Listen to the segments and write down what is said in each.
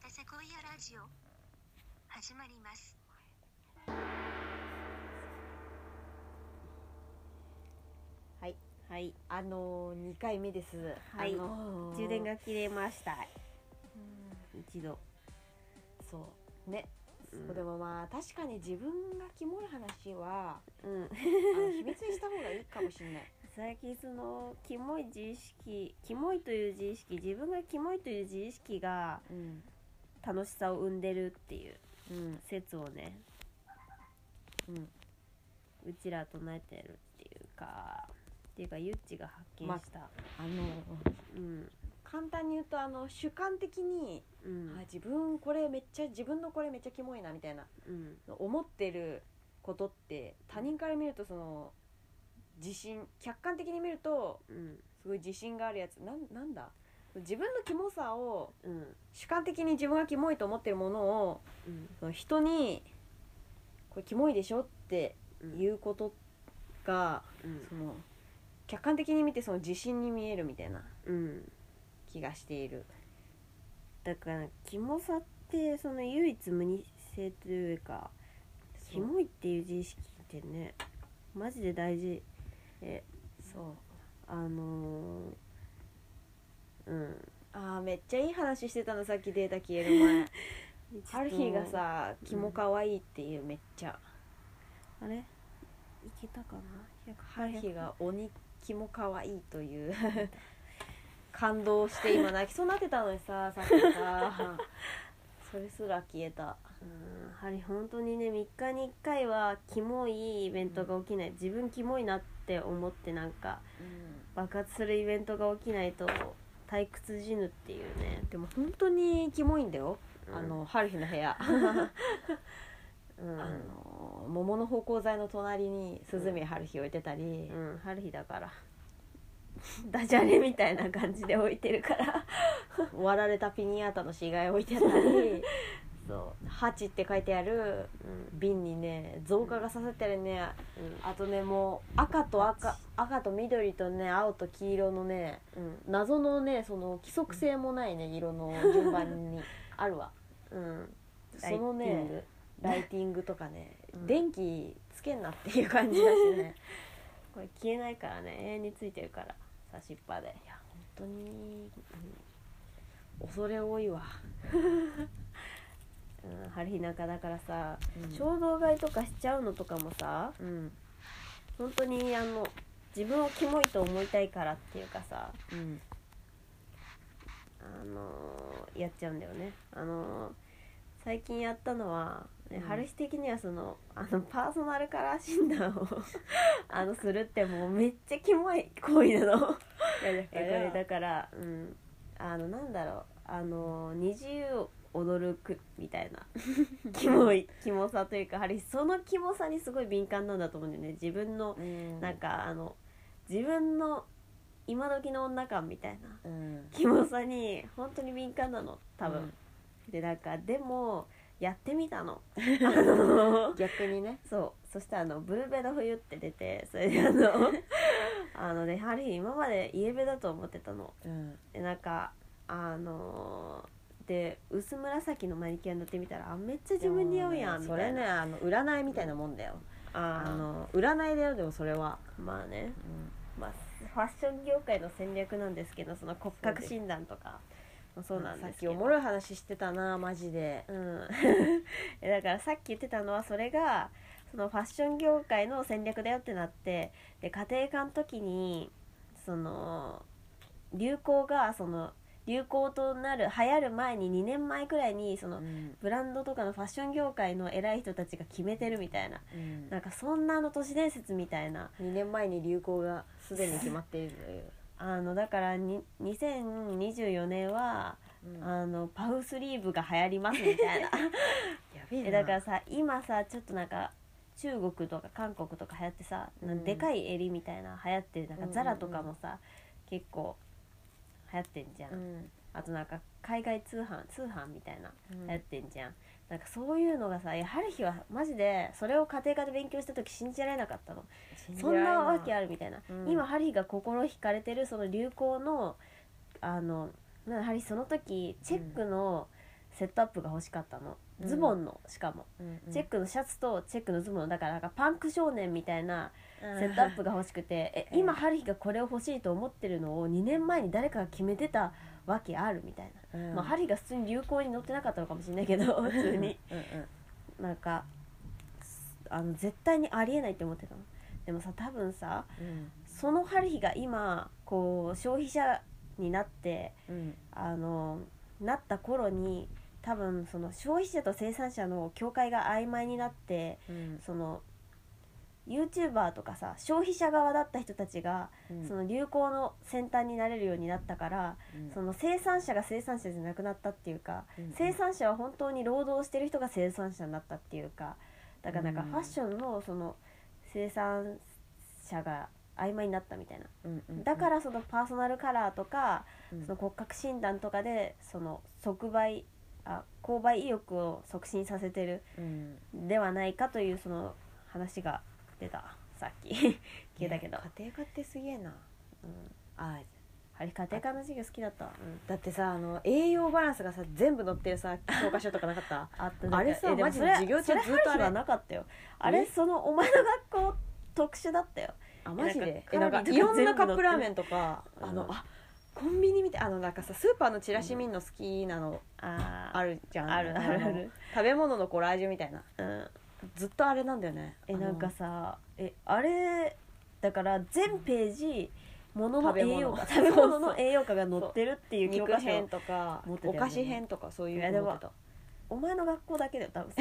セコイアラジオ始まります。 はいはい、2回目です。 はい、充電が切れました。一度。 そうね、でもまあ確かに自分がキモい話は、秘密にした方がいいかもしれない。 最近そのキモい自意識、キモいという自意識、自分がキモいという自意識が楽しさを生んでるっていう説をね、うちら唱えてるっていうかゆっちが発見した、 簡単に言うと主観的に、自分のこれめっちゃキモいなみたいな、思ってることって他人から見るとその客観的に見ると、すごい自信があるやつなんだ自分のキモさを、主観的に自分がキモいと思ってるものを、その人にこれキモいでしょっていうことが、その客観的に見てその自信に見えるみたいな気がしている。 だからキモさってその唯一無二性というか、キモいっていう自意識ってねマジで大事。 めっちゃいい話してたの、さっきデータ消える前ハルヒがさ、キモかわいいっていう、めっちゃあれいけたかな。 ハルヒが鬼キモかわいいという感動して今泣きそうになってたのにさ、さっきさそれすら消えた。 ハリ本当にね、3日に1回はキモいイベントが起きない、自分キモいなって思ってなんか、爆発するイベントが起きないと退屈死ぬっていうね。 でも本当にキモいんだよ、ハルヒの部屋桃の芳香剤の隣に鈴宮ハルヒ置いてたり、 ハルヒだからダジャレみたいな感じで置いてるから割られたピニヤータの死骸置いてあったりそうハチって書いてある瓶にね造花が刺さってるね、あとねもう赤と緑とね青と黄色のね、謎のねその規則性もないね色の順番にあるわ、そのねライティングとかね、電気つけんなっていう感じだしねこれ消えないからね、永遠についてるから差しっぱで。いや本当に、恐れ多いわハルヒなんかだからさ、衝動買いとかしちゃうのとかもさ、本当に自分をキモいと思いたいからっていうかさ、やっちゃうんだよね。最近やったのは、ハルヒ的にはそのパーソナルカラー診断をするってもうめっちゃキモい行為なのこれだから、なんだろう、二重踊るみたいなキモさというか、ハルヒそのキモさにすごい敏感なんだと思うんだよね。自分の、なんか自分の今時の女感みたいな、キモさに本当に敏感なの多分、でなんかでもやってみたの逆にね。 そしたらブルベの冬って出て、それでね、ハリー今までイエベだと思ってたの、でなんかで薄紫のマニキュア塗ってみたら、めっちゃ自分に合うやんみたいな。 それね占いみたいなもんだよ。占いだよ。でもそれはまあね、ファッション業界の戦略なんですけど、その骨格診断とかそうなんですけど、 さっきおもろい話してたなマジで、 だからさっき言ってたのは、それがそのファッション業界の戦略だよってなって、で家庭科の時にその流行が流行となる流行る前に2年前くらいにその、ブランドとかのファッション業界の偉い人たちが決めてるみたいな、なんかそんな都市伝説みたいな。 2年前に流行がすでに決まっているだから2024年は、パフスリーブが流行りますみたいなやべえな。だからさ、今さちょっとなんか中国とか韓国とか流行ってさ、でかい襟みたいな流行ってる、なんかザラとかもさ、結構流行ってんじゃん、あとなんか海外通販みたいな流行ってんじゃん、なんかそういうのがさ、ハルヒはマジでそれを家庭科で勉強した時信じられなかったの。そんなわけあるみたいな、今ハルヒが心惹かれてるその流行のハルヒその時チェックのセットアップが欲しかったの、ズボンのしかも、チェックのシャツとチェックのズボンだからなんかパンク少年みたいなセットアップが欲しくて今春日がこれを欲しいと思ってるのを2年前に誰かが決めてたわけあるみたいな、まあ春日が普通に流行に乗ってなかったのかもしれないけど普通になんか絶対にありえないって思ってたの。でもさ多分さ、その春日が今こう消費者になって、なった頃に多分その消費者と生産者の境界が曖昧になって、その YouTuber とかさ消費者側だった人たちが、その流行の先端になれるようになったから、その生産者が生産者じゃなくなったっていうか、生産者は本当に労働してる人が生産者になったっていうか、だからなんかファッションのその生産者が曖昧になったみたいな、だからそのパーソナルカラーとか、その骨格診断とかでその購買意欲を促進させてる、ではないかというその話が出たさっき聞いたけど、 家庭科ってすげえな、 あれ家庭科の授業好きだった、 だってさ栄養バランスがさ全部載ってるさ教科書とかなかったあったあれさマジで授業中ずっとあれはなかったよ。あれそのお前の学校特殊だったよ。 マジでなんかいろんなカップラーメンとかコンビニみたいなんかさスーパーのチラシ見んの好きなのあるじゃん、 ある食べ物のコラージュみたいな、ずっとあれなんだよね。 なんかさあれだから全ページ物の栄養価食べ物の栄養価が載ってるっていう教科書肉編とかお菓子編とかそういうの持ってた。 お前の学校だけだよ多分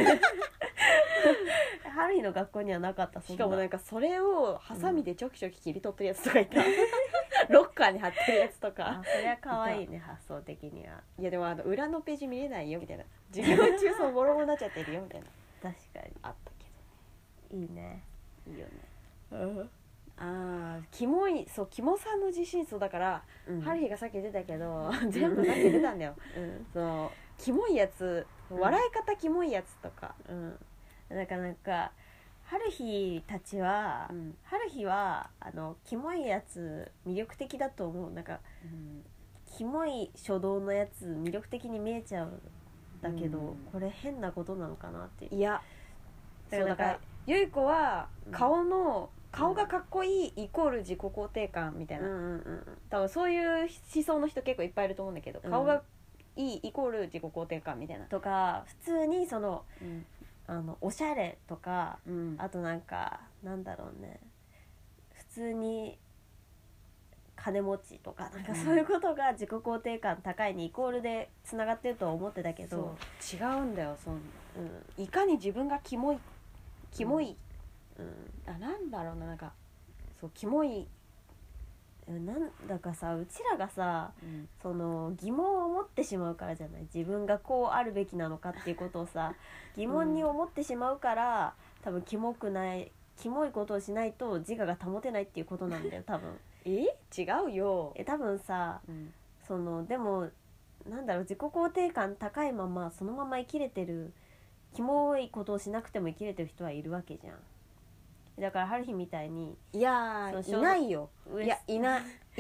春日の学校にはなかった。 しかもなんかそれをハサミでちょきちょき切り取ってるやつとかいた、ロッカーに貼ってるやつとか。 そりゃ可愛いね発想的には。 いやでも裏のページ見れないよみたいな、授業中そうボロボロになっちゃってるよみたいな確かにあったけどね。いいね、 いいよね。キモい、そうキモさんの自信そうだから、春日がさっき出たけど全部さっき出たんだよ、そのキモいやつ、笑い方キモいやつとか、 なんか春日たちは、春日はキモいやつ魅力的だと思う。なんか、キモい初動のやつ魅力的に見えちゃうんだけど、これ変なことなのかなって。 いやだからゆい子は顔がかっこいいイコール自己肯定感みたいな、多分そういう思想の人結構いっぱいいると思うんだけど、顔がいいイコール自己肯定感みたいなとか、普通にその、おしゃれとか、あとなんかなんだろうね、普通に金持ちとかなんかそういうことが自己肯定感高いにイコールでつながってると思ってたけど、 違うんだよ。いかに自分がキモい、なんだろうな、なんかそうキモい、 なんだかさ、うちらがさ、その疑問を持ってしまうからじゃない。自分がこうあるべきなのかっていうことをさ疑問に思ってしまうから、多分キモいことをしないと自我が保てないっていうことなんだよ多分。 違うよ。 多分さ、そのでもなんだろう、自己肯定感高いままそのまま生きれてる、キモいことをしなくても生きれてる人はいるわけじゃん。だから春日みたいにいないよ。いない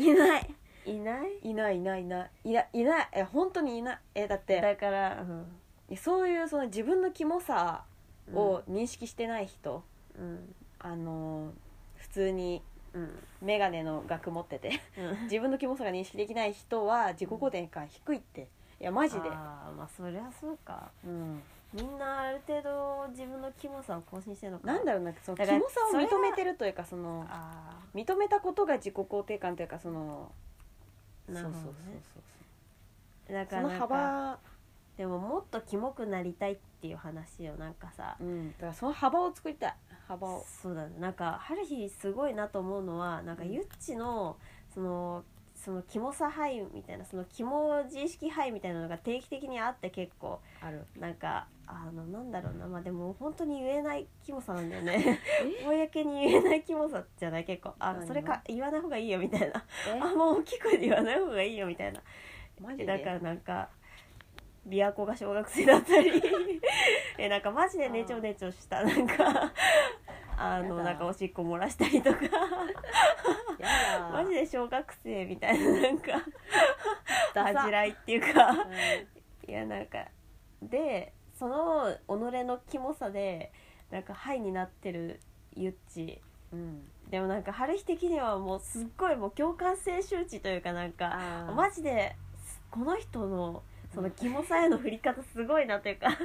本当にいない。だってだから、 そういうその自分のキモさを認識してない人、普通にメガネの額持ってて自分のキモさが認識できない人は自己肯定感低いって。いやマジで。 まあそりゃそうか。みんなある程度自分のキモさを更新してるのか。 なんだろうな、そのキモさを認めてるというか、その認めたことが自己肯定感というか、そのなるほどね。 だからその幅でももっとキモくなりたいっていう話をなんかさ、 だからその幅を作りたい。幅を。 そうだね。なんか春日すごいなと思うのは、なんかゆっちのそのキモさハイみたいな、そのキモ自意識ハイみたいなのが定期的にあって、結構ある。 なんかなんだろうな、まあでも本当に言えないキモさなんだよね公に言えないキモさじゃない、結構それか言わない方がいいよみたいなもう大きい声で言わない方がいいよみたいな。 マジで。 だからなんか琵琶湖が小学生だったりなんかマジでネチョネチョしたなんかなんかおしっこ漏らしたりとかマジで小学生みたいな、なんか恥じらいっていうか、いやなんかでその己のキモさでなんかハイになってるゆっち、でもなんか春日的にはもうすっごいもう共感性周知というかなんかマジでこの人のそのキモさへの振り方すごいなというか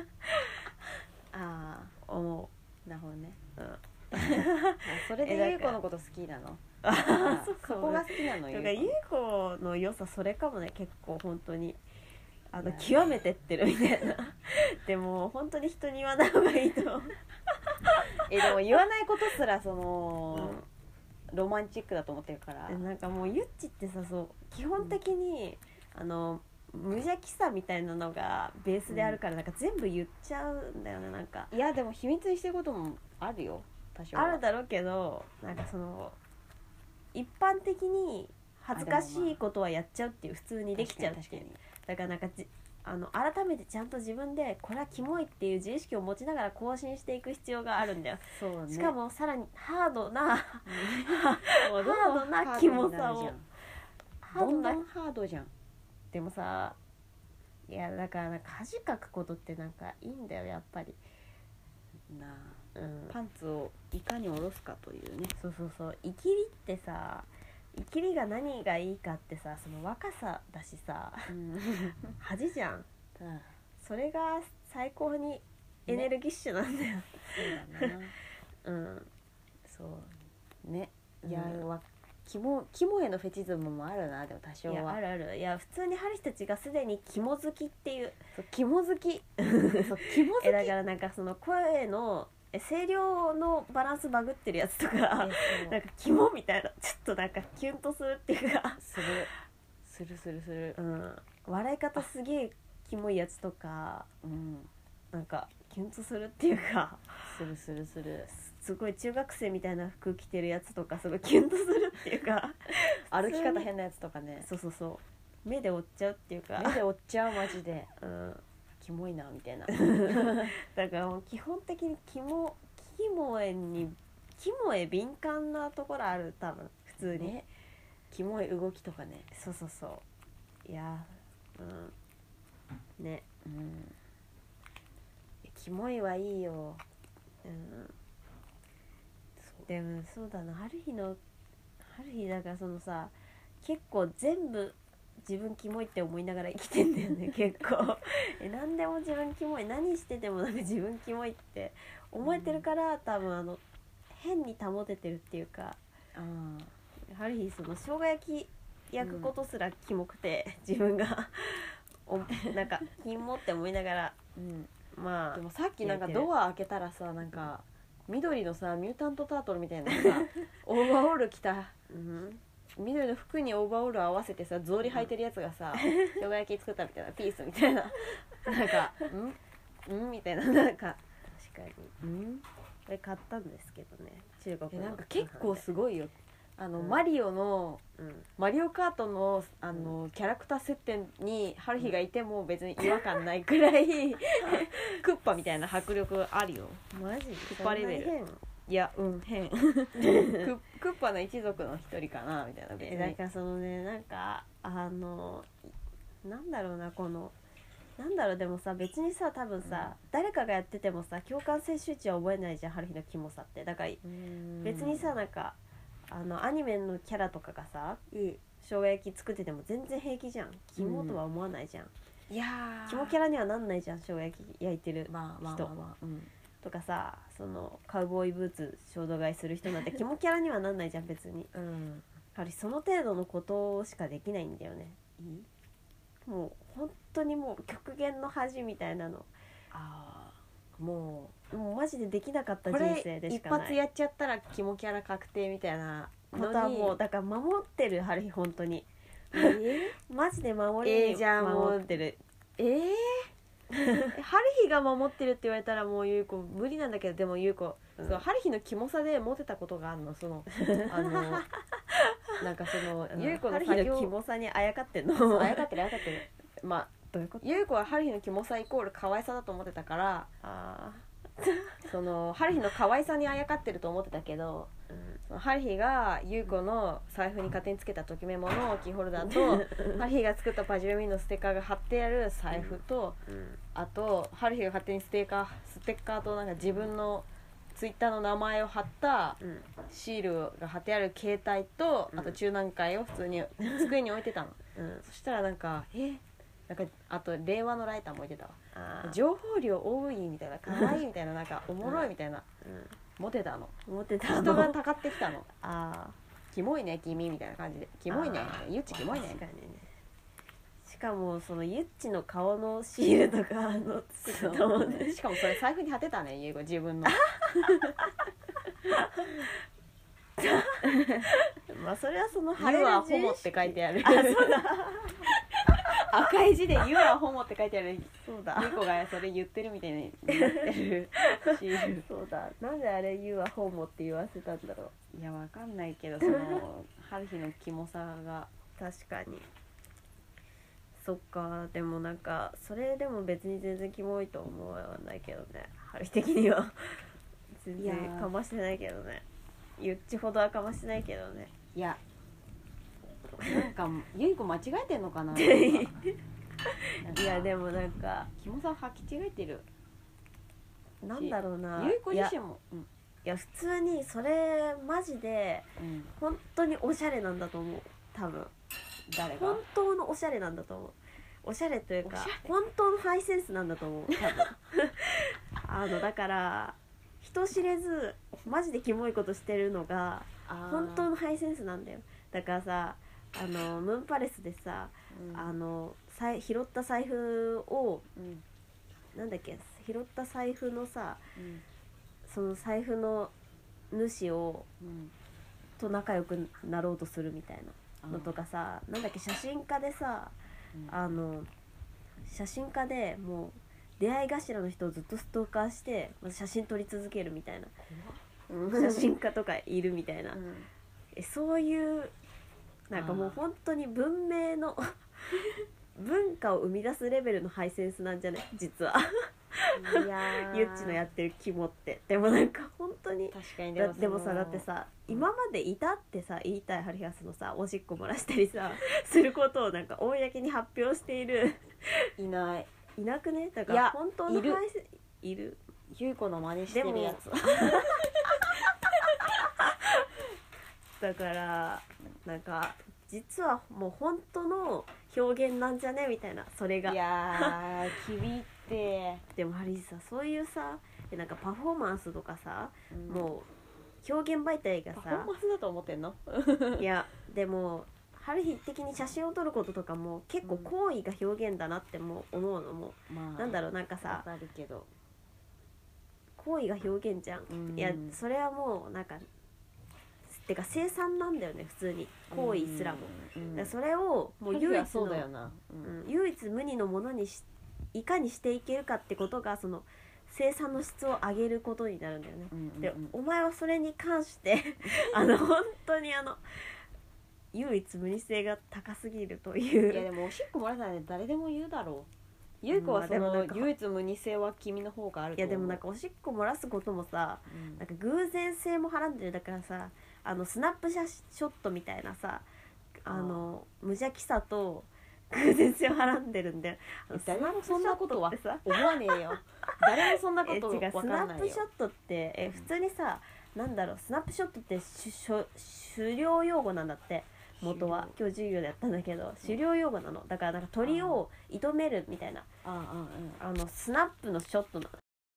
思う。なるほどね。 う、 それでゆうこのこと好きなの。そこが好きなの。 ゆうこの良さそれかもね。結構本当に極めてってるみたいなでも本当に人に言わない方がいいと思うでも言わないことすらその、ロマンチックだと思ってるから。 なんかもうゆっちってさ、そう基本的に、無邪気さみたいなのがベースであるから、なんか全部言っちゃうんだよね。なんかいやでも秘密にしてることもあるよ、多少は。 あるだろうけど、なんかその一般的に恥ずかしいことはやっちゃうっていう、普通にできちゃうっていう。だからなんか改めてちゃんと自分でこれはキモいっていう自意識を持ちながら更新していく必要があるんだよ。 そうね、 しかもさらにハードなキモさをどんどんハードじゃん。 でもさ、いやだからなんか恥かくことってなんかいいんだよやっぱりなあ、パンツをいかに下ろすかというね。 そうイキリってさ、イキリが何がいいかってさ、その若さだしさ、恥じゃん、それが最高にエネルギッシュなんだよ、ね、 そうだなそうね。いや、キモへのフェチズムもあるな。でも多少は。 いやある。いや普通にハリスたちがすでにキモ好きっていう、 キモ好きそうキモ好きだからなんかその声の声量のバランスバグってるやつとかなんかキモみたいな、ちょっとなんかキュンとするっていうかする、 笑い方すげえキモいやつとか、なんかキュンとするっていうか、 するすごい中学生みたいな服着てるやつとかすごいキュンとするっていうか歩き方変なやつとかね。 そう目で追っちゃうっていうか、 目で追っちゃうマジで、キモいなみたいなだからもう基本的にキモへ敏感なところある、多分普通に、 ね、キモい動きとかね。 いやね、 キモいはいいよ。 でもそうだな、春日だからそのさ、結構全部自分キモいって思いながら生きてんだよね結構何でも自分キモい、何しててもなんか自分キモいって思えてるから、多分変に保ててるっていうか、春日その生姜焼き焼くことすらキモくて、自分がなんかキモって思いながら、まあでもさっきなんかドア開けたらさ、なんか緑のさミュータントタートルみたいなさオーバーオール着た、緑の服にオーバーオール合わせてさ草履履いてるやつがさ、生姜焼き作ったみたいな、ピースみたいななんかみたいな、なんか確かにこれ買ったんですけどね、中国の。 なんか結構すごいよ。マリオの、マリオカートのキャラクター設定に春日がいても別に違和感ないくらいクッパみたいな迫力あるよ。 マジクッパレベル。いや変クッパの一族の一人かなみたいな。別にだからそのね、なんかなんだろうな、このなんだろう、でもさ別にさ多分さ、誰かがやっててもさ共感性周知は覚えないじゃん、春日のキモさって。だから別にさ、なんかアニメのキャラとかがさ、生姜焼き作ってても全然平気じゃん。キモとは思わないじゃん、 いやキモキャラにはなんないじゃん、生姜焼き焼いてる人とかさ、そのカウボーイブーツ衝動買いする人なんてキモキャラにはなんないじゃん別に。その程度のことしかできないんだよね。もう本当にもう極限の恥みたいなの、もうマジでできなかった人生でしかない。 一発やっちゃったらキモキャラ確定みたいなのに、またもうだから守ってる、春日本当にマジで守ってる。 春日が守ってるって言われたらもうゆうこ無理なんだけど、でもゆうこ、春日のキモさでモテたことがあるの。そのなんかそのゆうこの春日のキモさにあやかってんの。 あやかってるまあどういうこと？ ゆうこは春日のキモさイコール可愛さだと思ってたから、その春日の可愛さにあやかってると思ってたけど、 ハリヒが優子の財布に勝手につけたときメモのキーホルダーとハリヒが作ったパジュラミのステッカーが貼ってある財布と、あとハリヒが勝手にステッカーとなんか自分のツイッターの名前を貼ったシールが貼ってある携帯と、あと中南海を普通に机に置いてたの、そしたらなんかあと令和のライターも置いてたわ。情報量多いみたいな、可愛いみたいな、なんかおもろいみたいな、モテたの人がたかってきたの。キモいね君みたいな感じで、キモいねゆっちキモいね。 確かにね。しかもそのゆっちの顔のシールとかつったもんね。 しかもそれ財布に貼ってたね、ゆう子自分のまあそれはその 「ゆはホモ」って書いてある。赤い字で「ゆはホモ」って書いてある。 そうだ、 ゆう子がそれ言ってるみたいになってるシール。 そうだ、なんであれ「ゆはホモ」って言わせたんだろいやわかんないけど、その春日のキモさが。 う。確かに。そっか。でもなんかそれでも別に全然キモいと思わないけどね、春日的には。全然かましてないけどね。ゆっちほどはかましてないけどね。 いやなんかゆい子間違えてんのかな。 いやでもなんかキモさを履き違えてる。 なんだろうな、 ゆい子自身もいや普通にそれマジで本当におしゃれなんだと思う。多分誰が本当のおしゃれなんだと思う。おしゃれというかおしゃれ本当のハイセンスなんだと思う多分だから人知れずマジでキモいことしてるのが本当のハイセンスなんだよ。だからさ、ムーンパレスでさ、拾った財布を、なんだっけ、拾った財布のさ、その財布の主を、と仲良くなろうとするみたいなのとかさ、なんだっけ、写真家でさ、写真家でもう出会い頭の人をずっとストーカーして写真撮り続けるみたいな写真家とかいるみたいな、そういうなんかもう本当に文明の文化を生み出すレベルのハイセンスなんじゃない実は。 いやゆっちのやってる肝って。でもなんか本当に確かに。 でもさ、だってさ、今までいたってさ言いたいハリハスのさおしっこ漏らしたりさすることをなんか公に発表しているいない。 いなくね。だかいやら本当のハイセンスいる。 ゆい子の真似してるやつ。 だからなんか実はもう本当の表現なんじゃねみたいな、それが。 いやーきびって。 でもハリーさ、そういうさなんかパフォーマンスとかさ、もう表現媒体がさパフォーマンスだと思ってんの。 いやでも春日的に写真を撮ることとかも結構行為が表現だなっても思うのも、なんだろう、なんかさわかるけど行為が表現じゃん、いやそれはもうなんかてか生産なんだよね普通に行為すらも、だからそれをもう唯一の、唯一無二のものにいかにしていけるかってことがその生産の質を上げることになるんだよね、でお前はそれに関して本当に唯一無二性が高すぎるという。 いやでもおしっこ漏らさないで誰でも言うだろう。ゆい子はその唯一無二性は君の方があると思う。 いやでもなんかおしっこ漏らすこともさ、なんか偶然性もはらんでる。だからさスナップショットみたいなさ無邪気さと偶然性をはらんでるんだよ。 誰もそんなことは思わねえよ。誰もそんなこと分かスんないよ。 ナップショットって普通にさ、なんだろう、スナップショットって狩猟用語なんだって。元は今日授業でやったんだけど狩猟用語なの。だからなんか鳥を射止めるみたいなスナップのショットなの。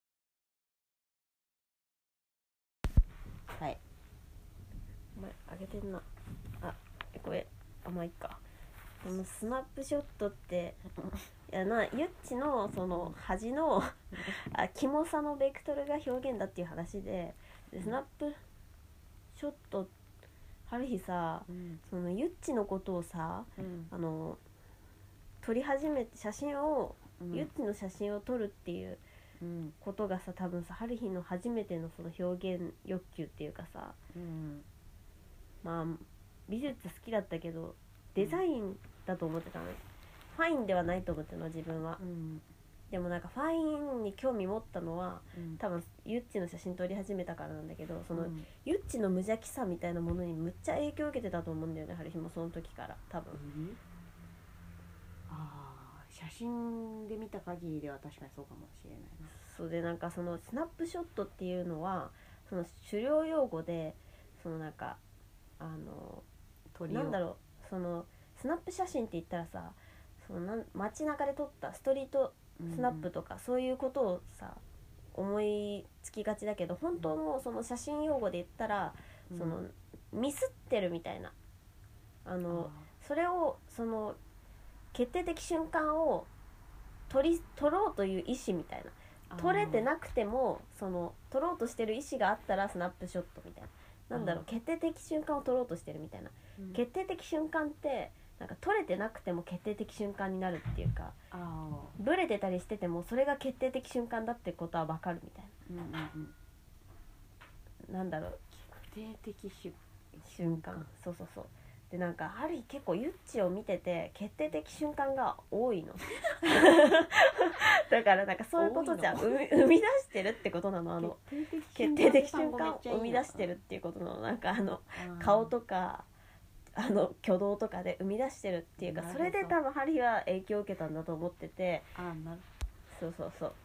はい、 お前あげてんなこれまあいいか。このスナップショットっていやゆっちのその端のキモさのベクトルが表現だっていう話で、スナップショットって春日さ、そのゆっちのことをさ、撮り始めて写真を、ゆっちの写真を撮るっていうことがさ、多分さ春日の初めてのその表現欲求っていうかさ、まあ美術好きだったけどデザインだと思ってたの、ファインではないと思ってたの自分は、 でもなんかファインに興味持ったのはうん多分ユッチの写真撮り始めたからなんだけど、その、 うんユッチの無邪気さみたいなものにむっちゃ影響を受けてたと思うんだよね、春日もその時から多分。 写真で見た限りでは確かにそうかもしれないな。 そうで、なんかそのスナップショットっていうのはその狩猟用語で、そのなんかなんだろう、そのスナップ写真って言ったらさ、その街中で撮ったストリートスナップとか、そういうことをさ思いつきがちだけど、本当のその写真用語で言ったら、 うんそのミスってるみたいな、それをその決定的瞬間を撮ろうという意思みたいな、撮れてなくてもその撮ろうとしてる意思があったらスナップショットみたいな、なんだろう、決定的瞬間を撮ろうとしてるみたいな、 うん決定的瞬間ってなんか撮れてなくても決定的瞬間になるっていうか、ブレてたりしててもそれが決定的瞬間だってことは分かるみたいな、なんだろう、 決定的瞬間、そうそうそう。でなんかある日結構ユッチを見てて決定的瞬間が多いのだからなんかそういうことじゃん、生み出してるってことなの、決定的瞬間を生み出してるっていうことなの、なんか顔とか挙動とかで生み出してるっていうか、それで多分ハリーは影響を受けたんだと思ってて、そうそうそう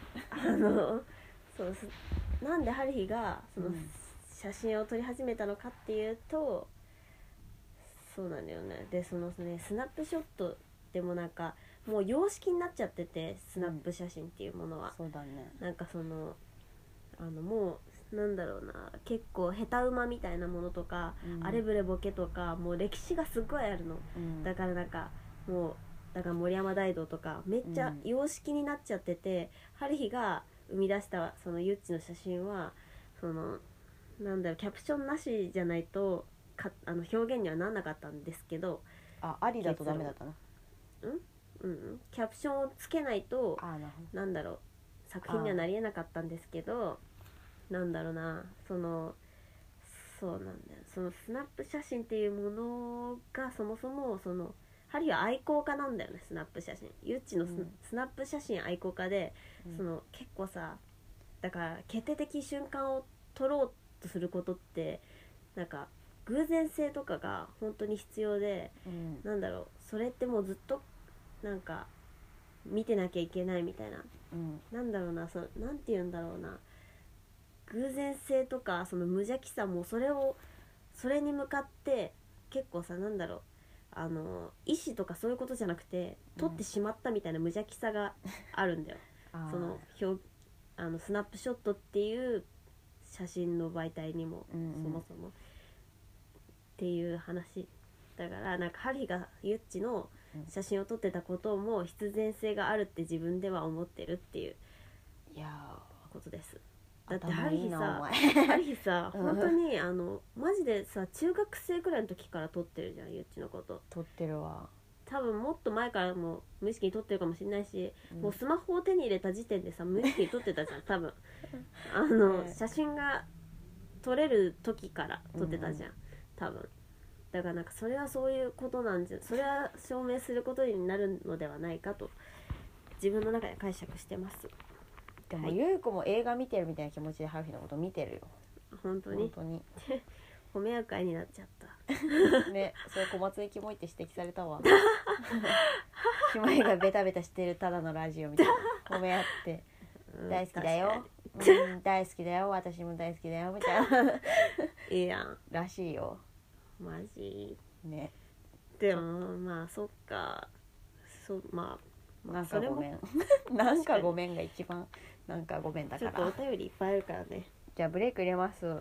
そうなんでハリーがその写真を撮り始めたのかっていうと、そうなんだよね。でそのねスナップショットでもなんかもう様式になっちゃってて、スナップ写真っていうものは、 そうだね。 なんかそのもうなんだろうな、結構下手馬みたいなものとか、あれぶれボケとかもう歴史がすごいあるの、だからなんかもうだから森山大道とかめっちゃ様式になっちゃってて、ハリーが生み出したそのユッチの写真はそのなんだろう、キャプションなしじゃないと表現にはなんなかったんですけど、 ありだとダメだったな。 キャプションをつけないとなるほど。 なんだろう、作品にはなりえなかったんですけど、なんだろうな、そうなんだよ、そのスナップ写真っていうものがそもそもそのハリーは愛好家なんだよね、スナップ写真。ユッチのスナップ写真愛好家で、その結構さ、だから決定的瞬間を撮ろうとすることってなんか偶然性とかが本当に必要で、なんだろう、それってもうずっとなんか見てなきゃいけないみたいな、なんだろうな、なんて言うんだろうな、偶然性とかその無邪気さもそれに向かって結構さ、なんだろう、意思とかそういうことじゃなくて撮ってしまったみたいな無邪気さがあるんだよ、そのスナップショットっていう写真の媒体にも、そもそもっていう話だから、なんかハリーがユッチの写真を撮ってたことも必然性があるって自分では思ってるっていうことです。だってハリーさ本当にマジでさ、中学生くらいの時から撮ってるじゃん、ユッチのこと。 撮ってるわ。 多分もっと前からも無意識に撮ってるかもしれないし、もうスマホを手に入れた時点でさ無意識に撮ってたじゃん多分写真が撮れる時から撮ってたじゃん、多分。だからなんかそれはそういうことなんじゃ、それは証明することになるのではないかと自分の中で解釈してます。 でもゆう子も映画見てるみたいな気持ちでハルヒのこと見てるよ。 本当に褒め合う会になっちゃったね、それ小松にキモいって指摘されたわキモいがベタベタしてるただのラジオみたいな褒め合って大好きだよ、大好きだよ、私も大好きだよみたいないいやんらしいよ。 マジね。 でもまあそっか、まあなんかごめんなんかごめんが一番なんかごめんだから、 ちょっとお便りいっぱいあるからね。 じゃあブレイク入れます。 はい。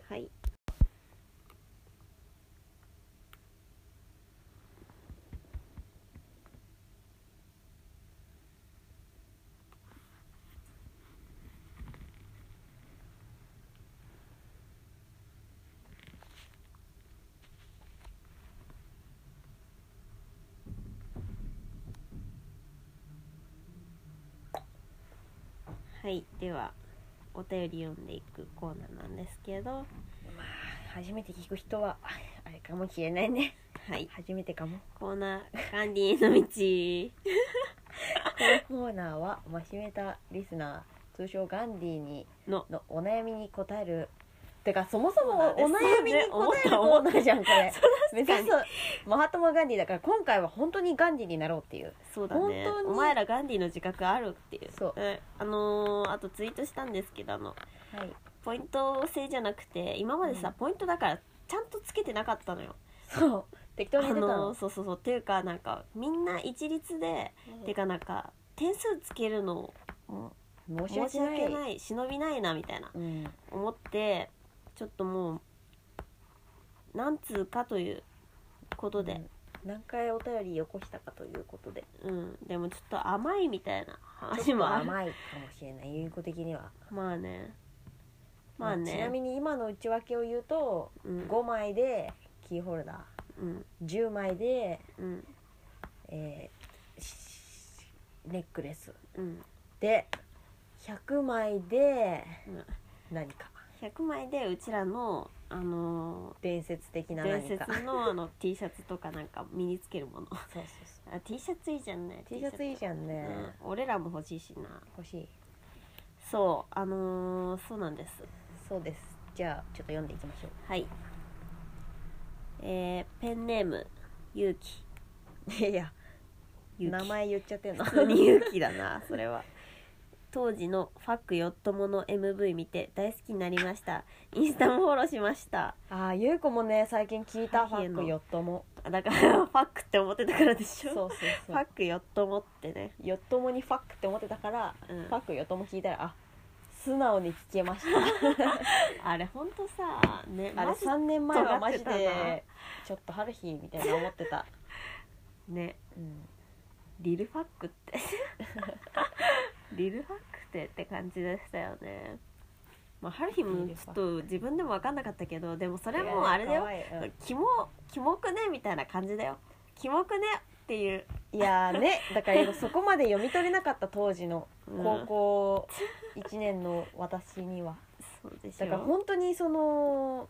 はい、ではお便り読んでいくコーナーなんですけど、 まあ初めて聞く人はあれかもしれないね。 はい、 初めてかも。 コーナー管理の道のコーナーはマシメタリスナー通称ガンディにのお悩みに答えるてかそもそもお悩みに答えるコーナーじゃんこれ。別にそうマハトマガンディだから今回は本当にガンディになろうっていう。 そうだね、 本当にお前らガンディの自覚あるっていう。 そうあとツイートしたんですけどはい、 ポイント制じゃなくて今までさ、ポイントだからちゃんとつけてなかったのよ。 そう適当に出たの。 そうっていうかなんかみんな一律で、ていうかなんか点数つけるの申申し訳ない忍びないなみたいな、思ってちょっともう何通かということで、 何回お便りよこしたかということで、 でもちょっと甘いみたいなちょ話もっと甘いかもしれない優子的には。 まあねちなみに今の内訳を言うと、5枚でキーホルダー、10枚で、ネックレス、で100枚で、何か 100枚でうちらの伝説的な何か伝説のT シャツとかなんか身につけるものそう T シャツいいじゃんね。 T シャツいいじゃんね、 俺らも欲しいしな。 欲しい。 そうそうなんです。 そうです。じゃあちょっと読んでいきましょう。 はい。ペンネームゆうき。 いや名前言っちゃってんの。 普通にゆうきだなそれは。当時のファックヨットモの MV 見て大好きになりました。インスタもフォローしました。 ゆうこもね最近聞いたファックヨットモ。 だからファックって思ってたからでしょ。 そうファックヨットモってね、 ヨットモにファックって思ってたから、ファックヨットモ聞いたら素直に聞けましたあれほんとさね、 あれ3年前はマジでちょっと春日みたいな思ってたね、リルファックってリルファックって感じでしたよね。まあ春日もちょっと自分でも分かんなかったけど、でもそれもあれだよ、キモくねみたいな感じだよ。キモくねっていう。 いやね、だからそこまで読み取れなかった当時の高校1年の私には、 そうでしょ。 だから本当にその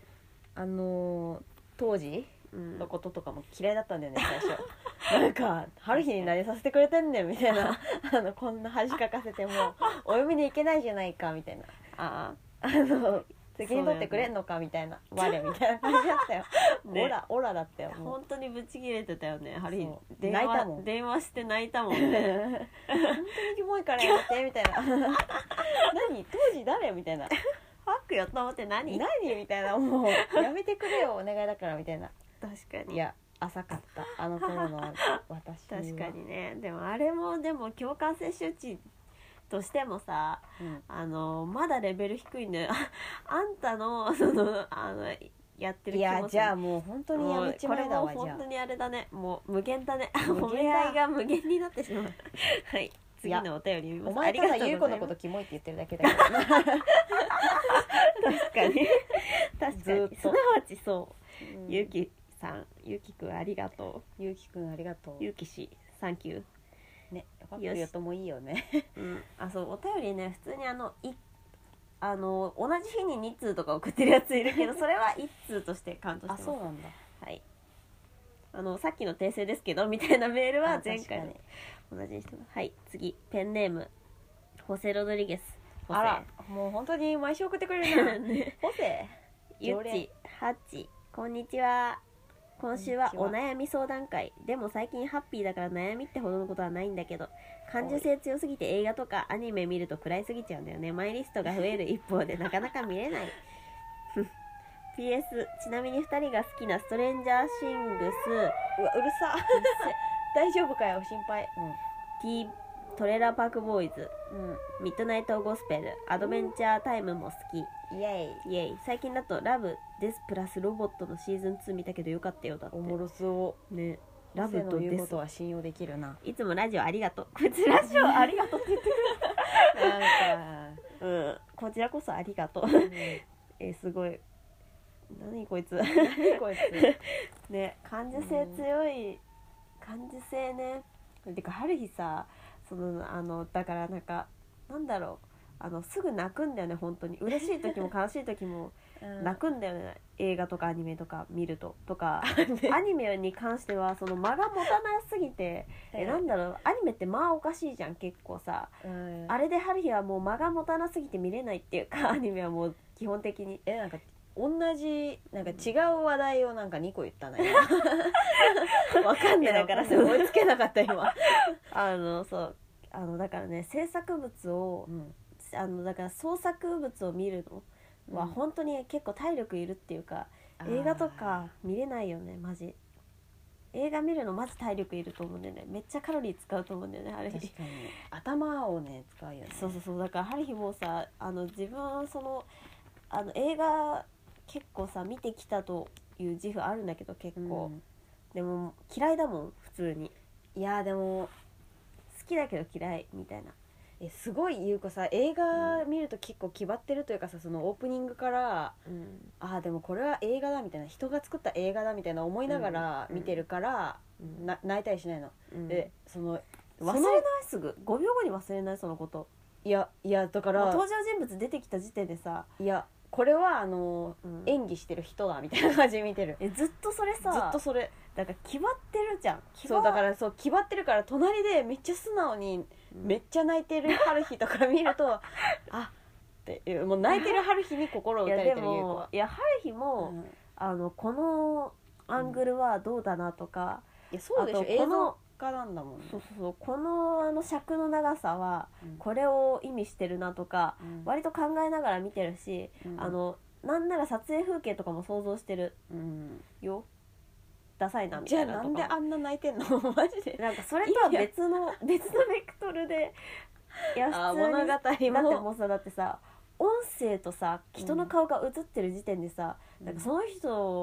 当時のこととかも嫌いだったんだよね最初なんか春日に何させてくれてんねんみたいなこんな恥かかせてもお読みに行けないじゃないかみたいな、責任取ってくれんのかみたいな、我みたいな感じだったよね、オラだったよ。もう本当にブチ切れてたよね春日。 泣いたもん、 電話して泣いたもんね本当にキモいからやめてみたいな何当時誰みたいなファックよと思って何みたいな、もうやめてくれよお願いだからみたいな。 確かに。 いや浅かったあの頃の私は。 確かにね。でもあれもでも共感性周知としてもさ、まだレベル低いんだよあんたのやってる気持ち。 いやじゃあもう本当にやめちまえだわ。 これも本当にあれだね、もう無限だね褒め合いが無限になってしまうはい次のお便り読みます。 お前ただ優子のことキモいって言ってるだけだけどな確かにずっとすなわちそう、ゆうきさん、ゆうきくんありがとう。 ゆうきくんありがとう。 ゆうき氏サンキューね。ファックよともいいよねそうお便りね、普通に同じ日に2通とか送ってるやついるけどそれは1通としてカウントしてます。 そうなんだ。 はい。さっきの訂正ですけどみたいなメールは前回の同じにしてます。はい、次ペンネームホセロドリゲス。 あらもう本当に毎週送ってくれるなね、 ホセゆっちはっちこんにちは。今週はお悩み相談会。でも最近ハッピーだから悩みってほどのことはないんだけど、感受性強すぎて映画とかアニメ見ると暗いすぎちゃうんだよね。マイリストが増える一方でなかなか見れないPS ちなみに2人が好きなストレンジャーシングス、 うるさ大丈夫かよ心配。 T トレーラーパークボーイズ、ミッドナイトゴスペル、アドベンチャータイムも好き。 イエイエイ。最近だとラブデスプラスロボットのシーズン2見たけどよかったよ。だっておもろそうね。ラブとデス言うことは信用できるな。 いつもラジオありがとう。こいつラジオありがとうって言ってくるなんかこちらこそありがとうすごい何こいつね、感受性強い、感受性ね。てか春日さ、だからなんかなんだろう、すぐ泣くんだよね本当に。嬉しい時も悲しい時も泣くんだよね、映画とかアニメとか見るととかアニメに関してはその間が持たなすぎてなんだろう、アニメって間おかしいじゃん結構さ、あれで春日はもう間が持たなすぎて見れないっていうかアニメはもう基本的になんか同じなんか違う話題をなんか2個言ったな今わかんないだから追いつけなかった今そうだからね制作物を、だから創作物を見るのは本当に結構体力いるっていうか、映画とか見れないよねマジ。映画見るのマジ体力いると思うんだよね。めっちゃカロリー使うと思うんだよねある日。 確かに頭をね使うよね。 そうだからある日もさ自分映画結構さ見てきたという自負あるんだけど結構、でも嫌いだもん普通に。 いやでも好きだけど嫌いみたいな。 すごい優子さ映画見ると結構気張ってるというかさ、そのオープニングから、でもこれは映画だみたいな、人が作った映画だみたいな思いながら見てるから、泣いたりしないの、で忘れないすぐ5秒後に忘れないそのこと。 いやだから登場人物出てきた時点でさ、 いやこれは演技してる人だみたいな感じで見てる。 ずっとそれさ、 ずっとそれだから気張ってるじゃん。 そうだから気張ってるから隣でめっちゃ素直にめっちゃ泣いてる春日とか見るとってもう泣いてる春日に心を打たれてる優子は。 いや春日も、このアングルはどうだなとか、 いやそうでしょ、映像家なんだもんね。 そうこの尺の長さはこれを意味してるなとか、割と考えながら見てるし、なんなら撮影風景とかも想像してるよ。ダサいなみたいなとか。 じゃあなんであんな泣いてんのマジで。 なんかそれとは別のベクトルで物語もだってもうさ、だってさ音声とさ人の顔が映ってる時点でさ、なんかその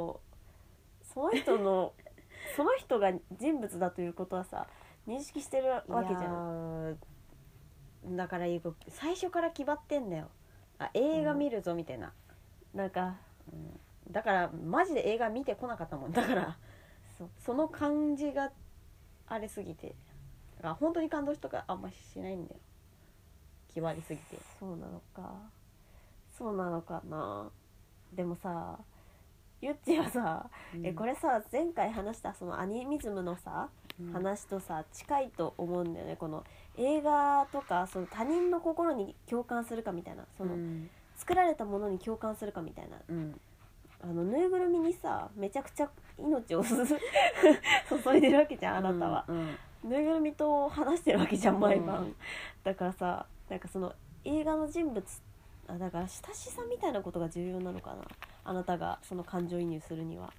人が人物だということはさ認識してるわけじゃん。 だから最初から気張ってんだよ。映画見るぞみたいな、 なんか、 だからマジで映画見てこなかったもんだからその感じがあれすぎて、だから本当に感動とかあんましないんだよ気張りすぎて。 そうなのかな。でもさゆっちはさ、これさ前回話したそのアニミズムのさ、話とさ近いと思うんだよね。この映画とかその他人の心に共感するかみたいな、その、作られたものに共感するかみたいな、ぬいぐるみにさめちゃくちゃ命を注いでるわけじゃんあなたは、ぬいぐるみと話してるわけじゃん毎晩、だからさなんかその映画の人物だから親しさみたいなことが重要なのかな、あなたがその感情移入するには。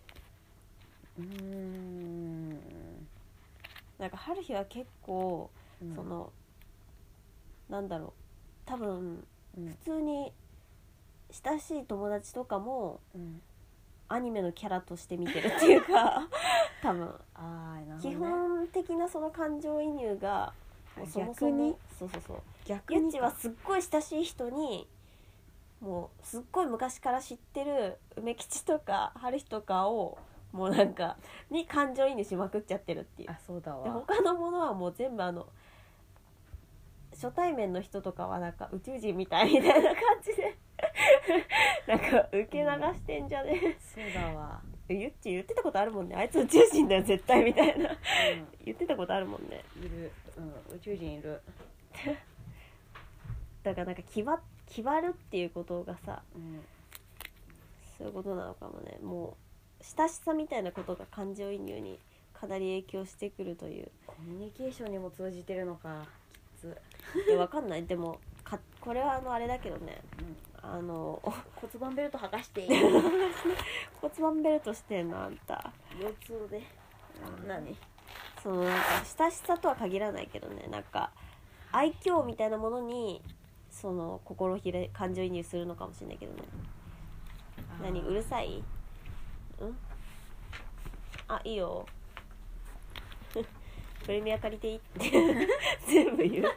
なんか春日は結構、そのなんだろう、多分、普通に親しい友達とかも、アニメのキャラとして見てるっていうか多分基本的なその感情移入がそもそも逆にゆっちはすっごい親しい人にもうすっごい昔から知ってる梅吉とか春日とかをもうなんかに感情移入しまくっちゃってるっていう。 そうだわ。 で他のものはもう全部初対面の人とかはなんか宇宙人みたいな感じでなんか受け流してんじゃね。 そうだわ。 ゆっち言ってたことあるもんね。あいつ宇宙人だよ絶対みたいな、言ってたことあるもんね。 いる、宇宙人いるだからなんか気張るっていうことがさ、そういうことなのかもね。もう親しさみたいなことが感情移入にかなり影響してくるという。 コミュニケーションにも通じてるのかきつ。 いやわかんない。でもこれはあれだけどね、 骨盤ベルト剥がして骨盤ベルトしてんのあんた。 腰痛で。何？ そのなんか親しさとは限らないけどね、なんか愛嬌みたいなものにその感情移入するのかもしれないけどね。何うるさい？いいよプレミア借りていいって全部言う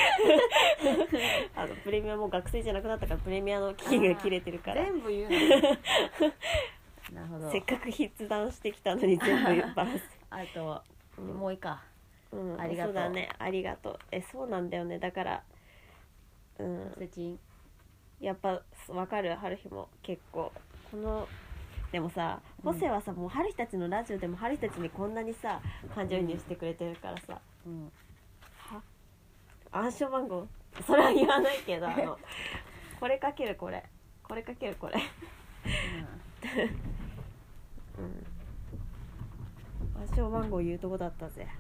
プレミアもう学生じゃなくなったからプレミアの期限が切れてるから全部言うのなるほど。 せっかく筆談してきたのに全部バラすあと、もういいか。 ありがとう。そうだね、ありがとう。そうなんだよね。だからセチンやっぱわかる。春日も結構このでもさ、ホセはさ、もう春日たちのラジオでも春日たちにこんなにさ感情移入してくれてるからさ、暗証番号それは言わないけどこれかけるこれかけるこれ暗証番号言うとこだったぜ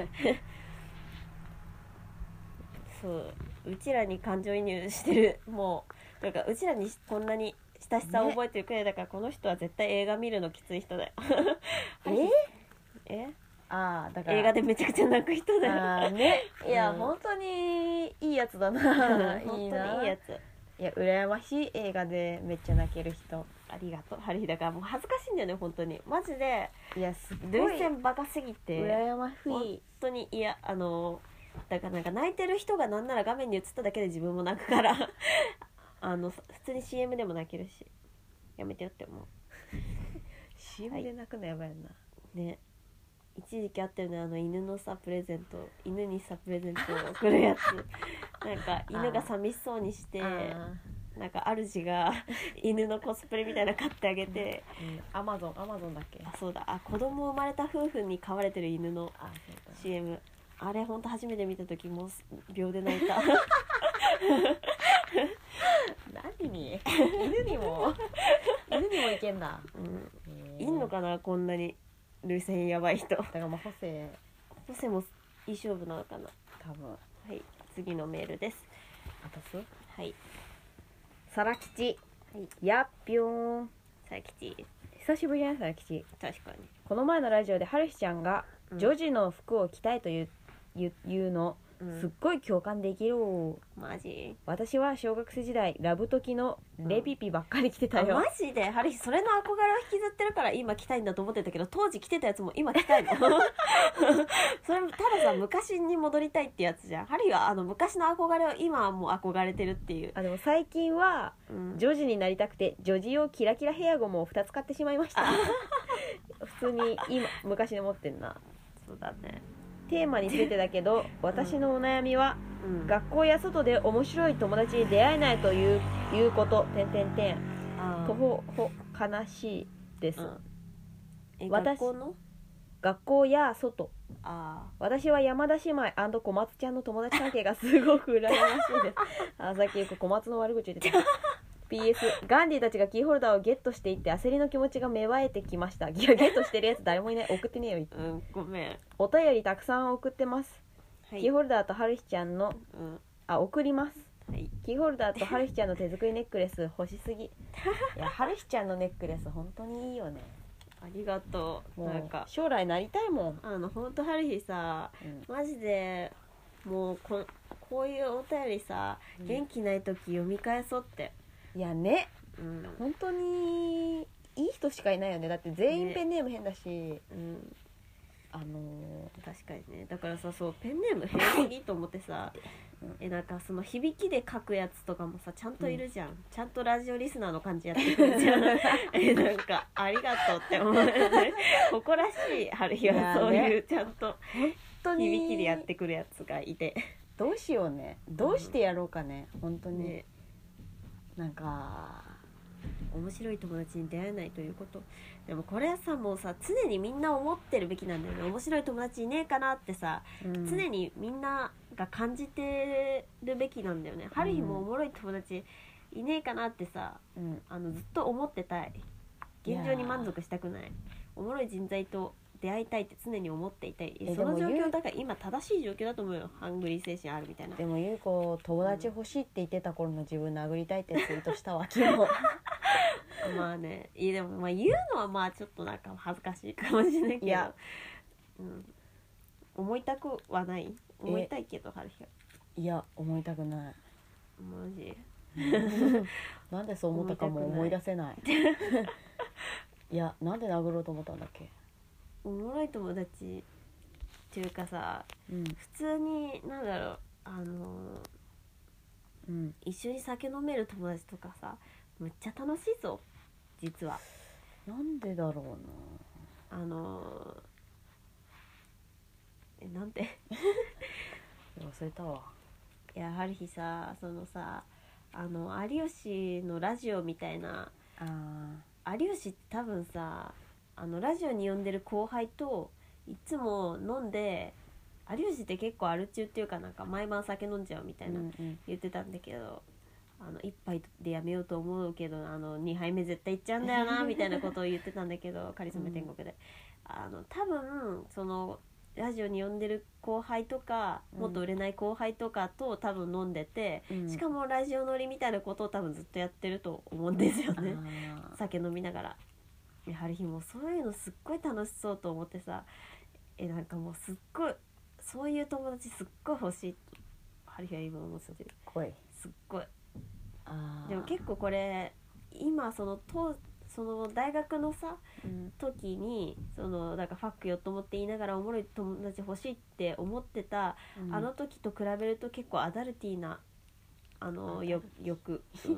そううちらに感情移入してる、もうなんかうちらにこんなに親しさを覚えてるくらいだから、この人は絶対映画見るのきつい人だよああだから映画でめちゃくちゃ泣く人だよあねいや、 うん本当にいいやつだな本当にいいいいなやつ。 いや羨ましい。映画でめっちゃ泣ける人。 ありがとうハリー。だからもう恥ずかしいんだよね本当にマジで。 いやすルごいイセンバカすぎて羨まし本い。 当に嫌。だからなんか泣いてる人がなんなら画面に映っただけで自分も泣くから普通に CM でも泣けるし、やめてよって思う CM で泣くのやばいな。 ね。一時期あったよね、犬のさプレゼント、犬にさプレゼントを送るやつなんか犬が寂しそうにしてなんか主が犬のコスプレみたいなの買ってあげて、 アマゾンだっけ。 あそうだ、子供生まれた夫婦に飼われてる犬のあそうだ CM、 あれほんと初めて見た時もう秒で泣いた何に犬にもいけんだ。 いんのかなこんなにルイセンやばい人。 だからまあ補正ホセもいい勝負なのかな。 多分。 はい、次のメールです。 私はいさらきち、 はい、 やっぴょーん。 さきち、 久しぶりやなさらきち。 確かに。 この前のラジオではるひちゃんが女児の服を着たいというの、すっごい共感できる。 マジ？ 私は小学生時代ラブ時のレピピばっかり着てたよ。 マジでハリーそれの憧れを引きずってるから今着たいんだと思ってたけど、当時着てたやつも今着たいのそれたださ昔に戻りたいってやつじゃん。ハリーは昔の憧れを今はもう憧れてるっていう。 でも最近は女児になりたくて女児用キラキラヘアゴムを2つ買ってしまいました普通に昔に持ってんな。 そうだね。 テーマについてだけど私のお悩みは、学校や外で面白い友達に出会えないということとほ悲しいです、 学校の学校や外。私は山田姉妹&小松ちゃんの友達関係がすごく羨ましいですさっきよく小松の悪口言ってたPS ガンディたちがキーホルダーをゲットしていって焦りの気持ちが芽生えてきました。いやゲットしてるやつ誰もいない。送ってねえよ。 ごめん。 お便りたくさん送ってます、 はい、 キーホルダーとはるひちゃんの、送ります、 はい、 キーホルダーとはるひちゃんの手作りネックレス欲しすぎいやはるひちゃんのネックレス本当にいいよね。 ありがとう。 もうなんか将来なりたいもん。 ほんとはるひさ、マジでもうこういうお便りさ、元気ない時読み返そうって。 いやね、本当にいい人しかいないよね。だって全員ペンネーム変だし、 確かにね。だからさ、そうペンネーム変すぎと思ってさなんかその響きで書くやつとかもさちゃんといるじゃん、ちゃんとラジオリスナーの感じやってくるじゃんなんかありがとうって思うよね誇らしいはるひはそういうちゃんと本当に響きでやってくるやつがいて、 どうしようね、どうしてやろうかね、本当に、 ね、 なんか面白い友達に出会えないということ。でもこれはさもうさ常にみんな思ってるべきなんだよね。面白い友達いねえかなってさ、常にみんなが感じてるべきなんだよね。春日もおもろい友達いねえかなってさ、ずっと思ってたい。現状に満足したくない。おもろい人材と出会いたいって常に思っていたい。その状況だから今正しい状況だと思うよ。ハングリー精神あるみたいな。 でもゆうこ友達欲しいって言ってた頃の自分殴りたいってツイートしたわ昨日まあね、いやでもまあ言うのはまあちょっとなんか恥ずかしいかもしれないけど、 いや、 思いたくはない。思いたいけど春日は。 いや思いたくない。 マジなんでそう思ったかも思い出せないいやなんで殴ろうと思ったんだっけ。 おもろい友達っていうかさ、普通になんだろう一緒に酒飲める友達とかさむっちゃ楽しいぞ実は。 なんでだろうな。 なんて忘れたわ。 いや春日さ、そのさ有吉のラジオみたいな、有吉って多分さラジオに呼んでる後輩といつも飲んで、有吉って結構アル中っていうかなんか毎晩酒飲んじゃうみたいな言ってたんだけど、1杯でやめようと思うけど2杯目絶対いっちゃうんだよなみたいなことを言ってたんだけどかりそめ天国で、多分そのラジオに呼んでる後輩とかもっと売れない後輩とかと多分飲んでて、しかもラジオ乗りみたいなことを多分ずっとやってると思うんですよね。酒飲みながら春日もそういうのすっごい楽しそうと思ってさ、なんかもうすっごいそういう友達すっごい欲しい春日は今思ってる。すっごい。でも結構これ今その大学のさ、時になんかファックよと思って言いながらおもろい友達欲しいって思ってた、あの時と比べると結構アダルティーな欲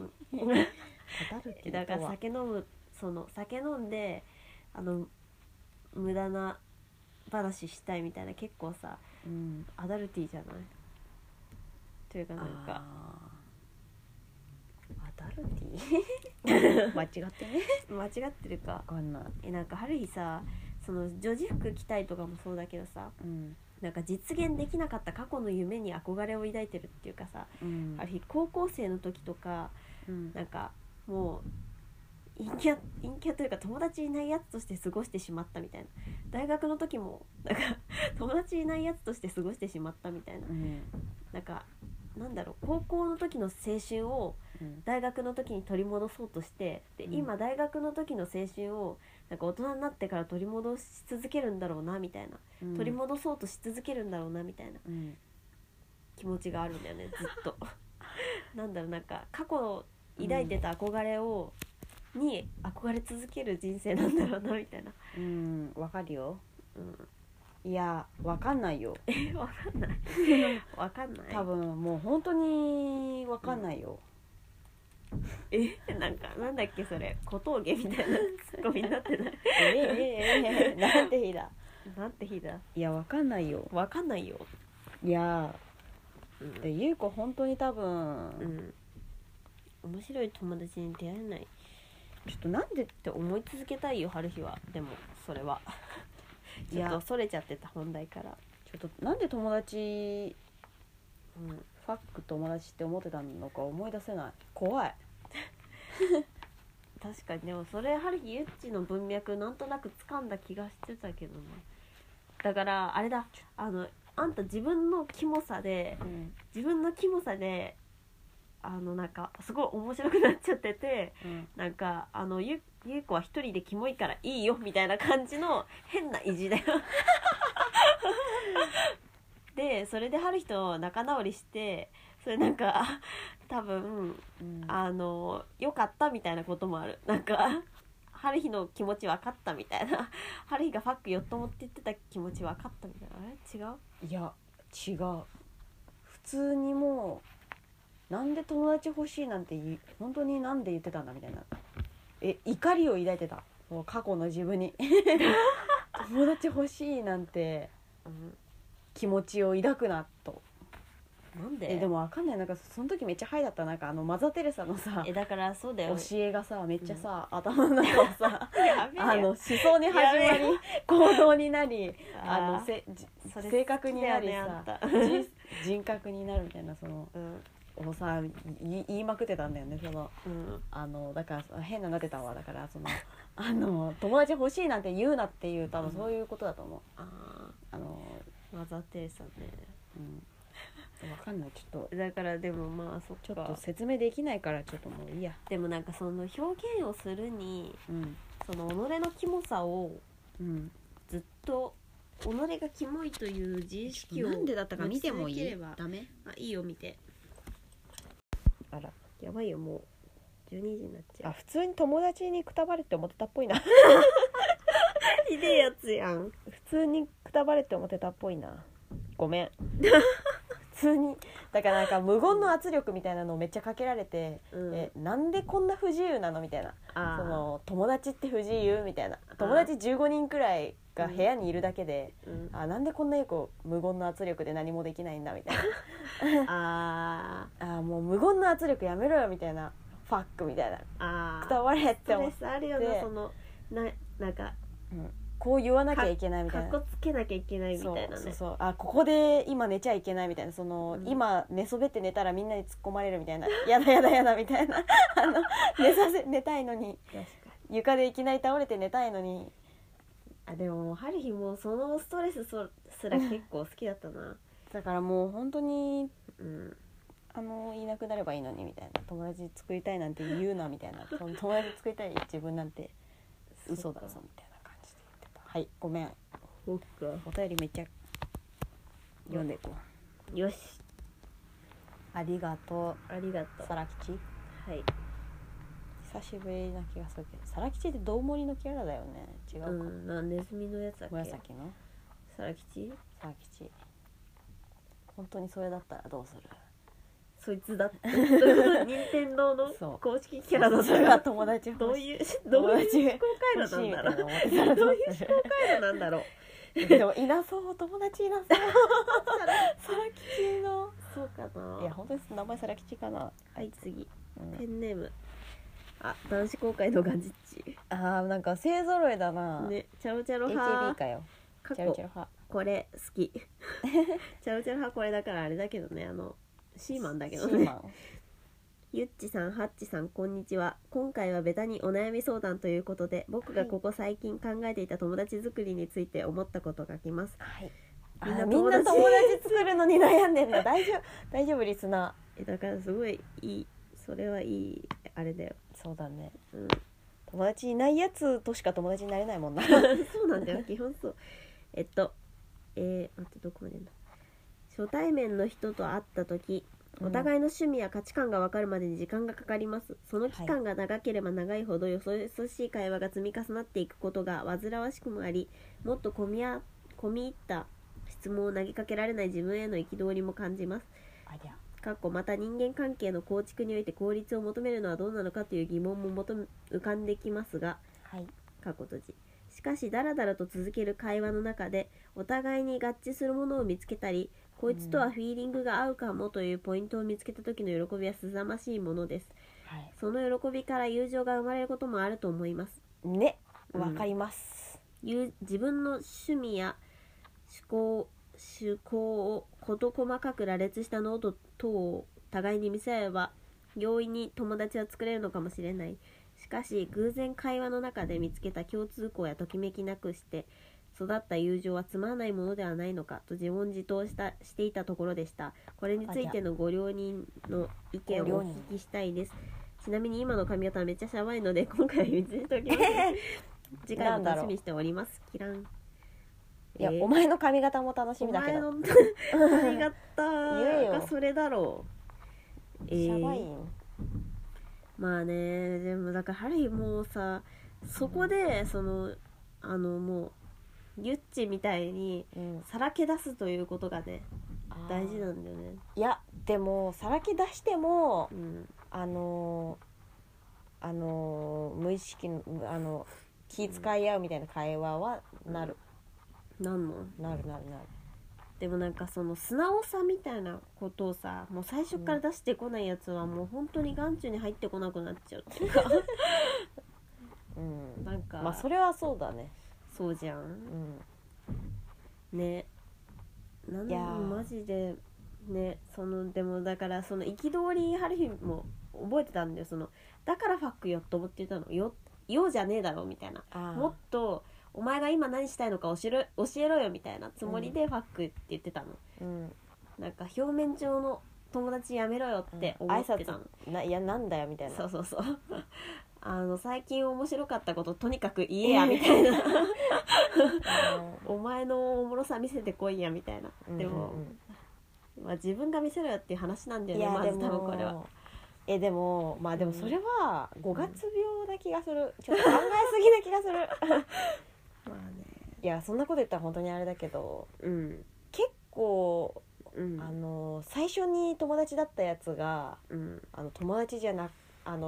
だから酒飲んで無駄な話したいみたいな結構さ、アダルティーじゃないというかなんかアダルティー間違ってね間違ってるか分かんない。 なんか春日さ女児服着たいとかもそうだけどさ、なんか実現できなかった過去の夢に憧れを抱いてるっていうかさ、春日高校生の時とか、なんかもう陰キャというか友達いないやつとして過ごしてしまったみたいな、大学の時もなんか友達いないやつとして過ごしてしまったみたいな、なんかなんだろう高校の時の青春を大学の時に取り戻そうとして、で今大学の時の青春をなんか大人になってから取り戻し続けるんだろうなみたいな、取り戻そうとし続けるんだろうなみたいな気持ちがあるんだよねずっとなんだろうなんか過去抱いてた憧れに憧れ続ける人生なんだろうなみたいな。 わかるよ。いやわかんないよ。 わかんないわかんない。 多分もう本当にわかんないよ。 なんだっけそれ小峠みたいなツッコミになってない。 なんて日だ。 なんて日だ。 いやわかんないよ。 わかんないよ。 いやでゆうこ本当に多分、 面白い友達に出会えない。 ちょっとなんでって思い続けたいよ春日は。でもそれはちょっとそれちゃってた本題から。 ちょっとなんで友達、ファック友達って思ってたのか思い出せない。怖い確かに。でもそれ春日ゆっちの文脈なんとなく掴んだ気がしてたけどね。だからあれだ、あんた自分のキモさで、なんかすごい面白くなっちゃってて、なんかゆうこは一人でキモいからいいよみたいな感じの変な意地だよでそれで春日と仲直りして、それなんか多分、よかったみたいなこともある。なんか春日の気持ち分かったみたいな春日がファックよっと思って言ってた気持ち分かったみたいな。あれ違う？ いや違う。普通にもうなんで友達欲しいなんて本当になんで言ってたんだみたいな、怒りを抱いてた。もう過去の自分に友達欲しいなんて気持ちを抱くなと。 なんで？ でもわかんない。なんかその時めっちゃハイだった。なんかマザー・テレサのさ、 だからそうだよ、 教えがさめっちゃさ、頭の中をさ思思想に始まり行動になり性格になりさ人格になるみたいなをさ言いまくってたんだよね。だから変ななってたわ。だから友達欲しいなんて言うなっていう多分そういうことだと思う。 マザー・テレサね。 わかんない。ちょっとだからでもまあそっか、 ちょっと説明できないからちょっともういいや。 でもなんかその表現をするに、その己のキモさをずっと己がキモいという自意識をなんでだったか見てもいい？ 持ち続ければダメ？ いいよ見て。 あらやばいよもう12時になっちゃう。 普通に友達にくたばれって思ってたっぽいなひでえやつやん。 普通にくたばれって思ってたっぽいな。ごめん普通にだからなんか無言の圧力みたいなのをめっちゃかけられて、なんでこんな不自由なのみたいな、友達って不自由みたいな、友達15人くらいが部屋にいるだけで、なんでこんなよく無言の圧力で何もできないんだみたいなもう無言の圧力やめろよみたいな、ファックみたいな、くたばれって思って、 ストレスあるよな、そのなんか、 こう言わなきゃいけないみたいな、 かっこつけなきゃいけないみたいなね。 そうここで今寝ちゃいけないみたいな、その、今寝そべって寝たらみんなに突っ込まれるみたいな、やだみたいな寝たいのに、床でいきなり倒れて寝たいのに。 でも春日もそのストレスすら結構好きだったなだからもう本当に、いなくなればいいのにみたいな、友達作りたいなんて言うなみたいな、その友達作りたい自分なんて嘘だぞみたいな感じで言ってた。はい、ごめん、お便りめっちゃ読んでいこう。よし、 ありがとうさらきち。 はい、 久しぶりな気がするけど、さらきちってどうもりのキャラだよね。違うか、 ネズミのやつだっけ、 紫のさらきち。 本当にそれだったらどうする？ そいつだって任天堂の公式キャラだったら友達どういう思考回路なんだろう。どういう思考回路なんだろう。 でもいなそう、友達いなそうさらきちの。 そうかな。 いや本当に名前さらきちかな。 はい、次、ペンネーム、男子公開のガジッチ。 なんか勢ぞろいだな。 ね、チャオチャロ派。 AKB かよ。 チャオチャロ派これ好きチャオチャロ派これだからあれだけどね、シーマンだけどね。ゆっちさん、はっちさん、こんにちは。今回はベタにお悩み相談ということで、僕がここ最近考えていた友達作りについて思ったことがきます。 はい、みんな友達作るのに悩んでんだ。大丈夫リスナー。だからすごいいい、それはいいあれだよ。 そうだね、友達いないやつとしか友達になれないもんなそうなんだよ、基本そう。待って、どこまでんだ。初対面の人と会った時、お互いの趣味や価値観が分かるまでに時間がかかります。その期間が長ければ長いほどよそよそしい会話が積み重なっていくことが煩わしくもあり、もっと込み入った質問を投げかけられない自分への憤りも感じます。また人間関係の構築において効率を求めるのはどうなのかという疑問も浮かんできますが、しかしだらだらと続ける会話の中でお互いに合致するものを見つけたり、こいつとはフィーリングが合うかもというポイントを見つけた時の喜びはすさましいものです。その喜びから友情が生まれることもあると思いますね。わかります、 自分の趣味や趣向を事細かく羅列したノート等を互いに見せ合えば容易に友達は作れるのかもしれない。しかし偶然会話の中で見つけた共通項やときめきなくして育った友情はつまらないものではないのかと自問自答していたところでした。これについてのご両人の意見をお聞きしたいです。ちなみに今の髪型はめっちゃシャバいので今回は別にしておきます次回も楽しみにしております。キラン。 いや、お前の髪型も楽しみだけど。 お前の髪型がそれだろう。 シャバいよ。 まあね、でもだからハリーもうさ、そこでもうユッチみたいにさらけ出すということがね、大事なんだよね。 いやでもさらけ出しても、無意識の気遣い合うみたいな会話はなる。なる。 でもなんかその素直さみたいなことをさ、もう最初から出してこないやつはもう本当に眼中に入ってこなくなっちゃうっていうかなんかまあそれはそうだね。 そうじゃん、ね。マジでね。でもだからその憤り春日も覚えてたんだよ。だからファックよと思ってたのよじゃねえだろみたいな。もっとお前が今何したいのか教えろよみたいなつもりでファックって言ってたの、なんか表面上の友達やめろよって思ってたの、 いやなんだよみたいな。 そう最近面白かったこととにかく言えやみたいなお前のおもろさ見せてこいやみたいな。でも、まあ、自分が見せろよっていう話なんだよね。まず多分これはでもまあでもそれは5月病な気がする、ちょっと考えすぎな気がするまあね、 いやそんなこと言ったら本当にあれだけど、結構、最初に友達だったやつが、友達じゃなず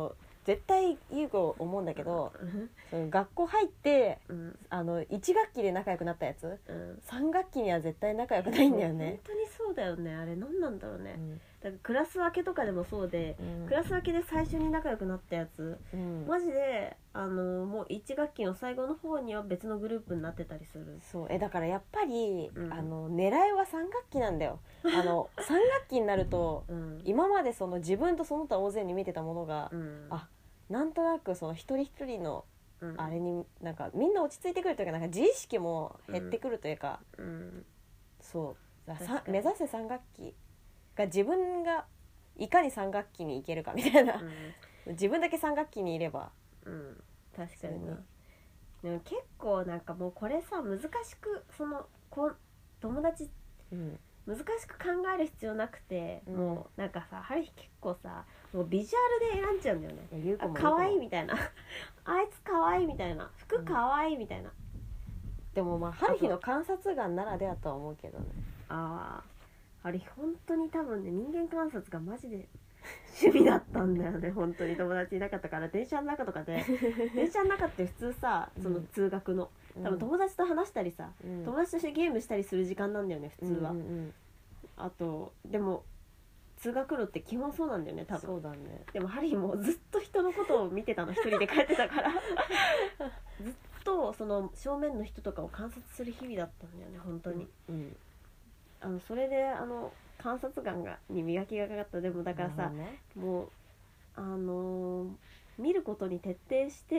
絶対優子思うんだけど、その学校入って1学期で仲良くなったやつ、3学期には絶対仲良くないんだよね。 本当にそうだよね。あれ何なんだろうね、だからクラス分けとかでもそうで、クラス分けで最初に仲良くなったやつ、マジでもう1学期の最後の方には別のグループになってたりする。 そうだからやっぱり、狙いは3学期なんだよ。3学期になると、今までその自分とその他大勢に見てたものが、なんとなくその一人一人のあれになんかみんな落ち着いてくるというか、なんか自意識も減ってくるというか、そう目指せ3学期が自分がいかに3学期に行けるかみたいな、自分だけ3学期にいれば、 確かにな。でも結構なんかもうこれさ、難しく友達、難しく考える必要なくて、もうなんかさ、春日結構さ、もうビジュアルで選んじゃうんだよね。可愛いみたいなあいつ可愛いみたいな、服可愛いみたいな、 でもまあ春日の観察眼ならではとは思うけどね。 春日本当に多分ね、人間観察がマジで趣味だったんだよね。本当に友達いなかったから、電車の中とかで電車の中って普通さ、その通学の多分友達と話したりさ、友達としてゲームしたりする時間なんだよね普通は、あとでも通学路って基本そうなんだよね多分。 そうだね。 でもハリーもずっと人のことを見てたの、一人で帰ってたからずっとその正面の人とかを観察する日々だったんだよね本当に、それで観察眼に磨きがかかった。でもだからさ、もう見ることに徹底して、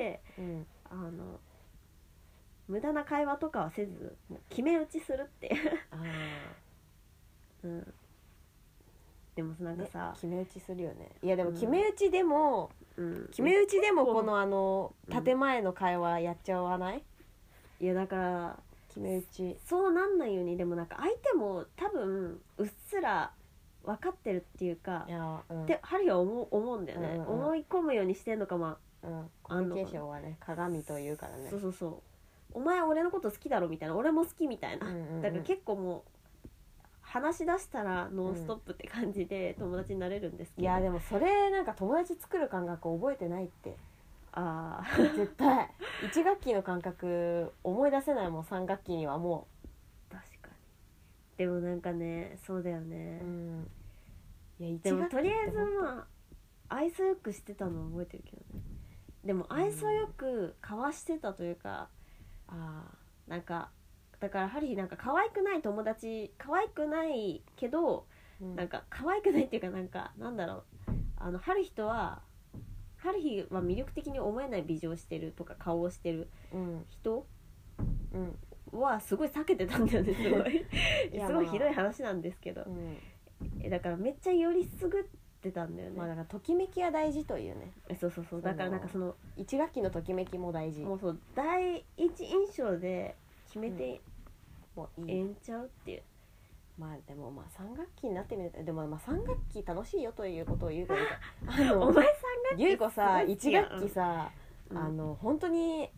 無駄な会話とかはせず決め打ちするってでもなんかさ、 決め打ちするよね。いやでも決め打ちでも、この建前の会話やっちゃわない？ いやだから決め打ちそうなんないように、でもなんか相手も多分うっすら分かってるっていうか、ってハリーは思うんだよね、思い込むようにしてんのかも、 コミュニケーションはね鏡というからね。 そうお前俺のこと好きだろみたいな、俺も好きみたいな、だから結構もう話し出したらノンストップって感じで友達になれるんですけど、 いやでもそれなんか友達作る感覚覚えてないって。絶対1学期の感覚思い出せないもん、3学期にはもう。確かに。でもなんかね、そうだよね、 いやでもとりあえずまあ愛想よくしてたのは覚えてるけどね。でも愛想よく交わしてたというか、なんかだからハリーなんか可愛くない友達、可愛くないけど、なんか可愛くないっていうか、なんかなんだろう、ハリーは魅力的に思えない美女をしてるとか顔をしてる人はすごい避けてたんだよね。すごいすごいひどい話なんですけど、だからめっちゃ寄りすぐってたんだよね。 だからときめきは大事というね。 そうだからなんかその 1学期のときめきも大事。 もうそう第一印象で決めてもうええんちゃうっていう。 でも3学期になってみると、でも3学期楽しいよということを言うからお前3学期ゆうこさ1学期さ、本当に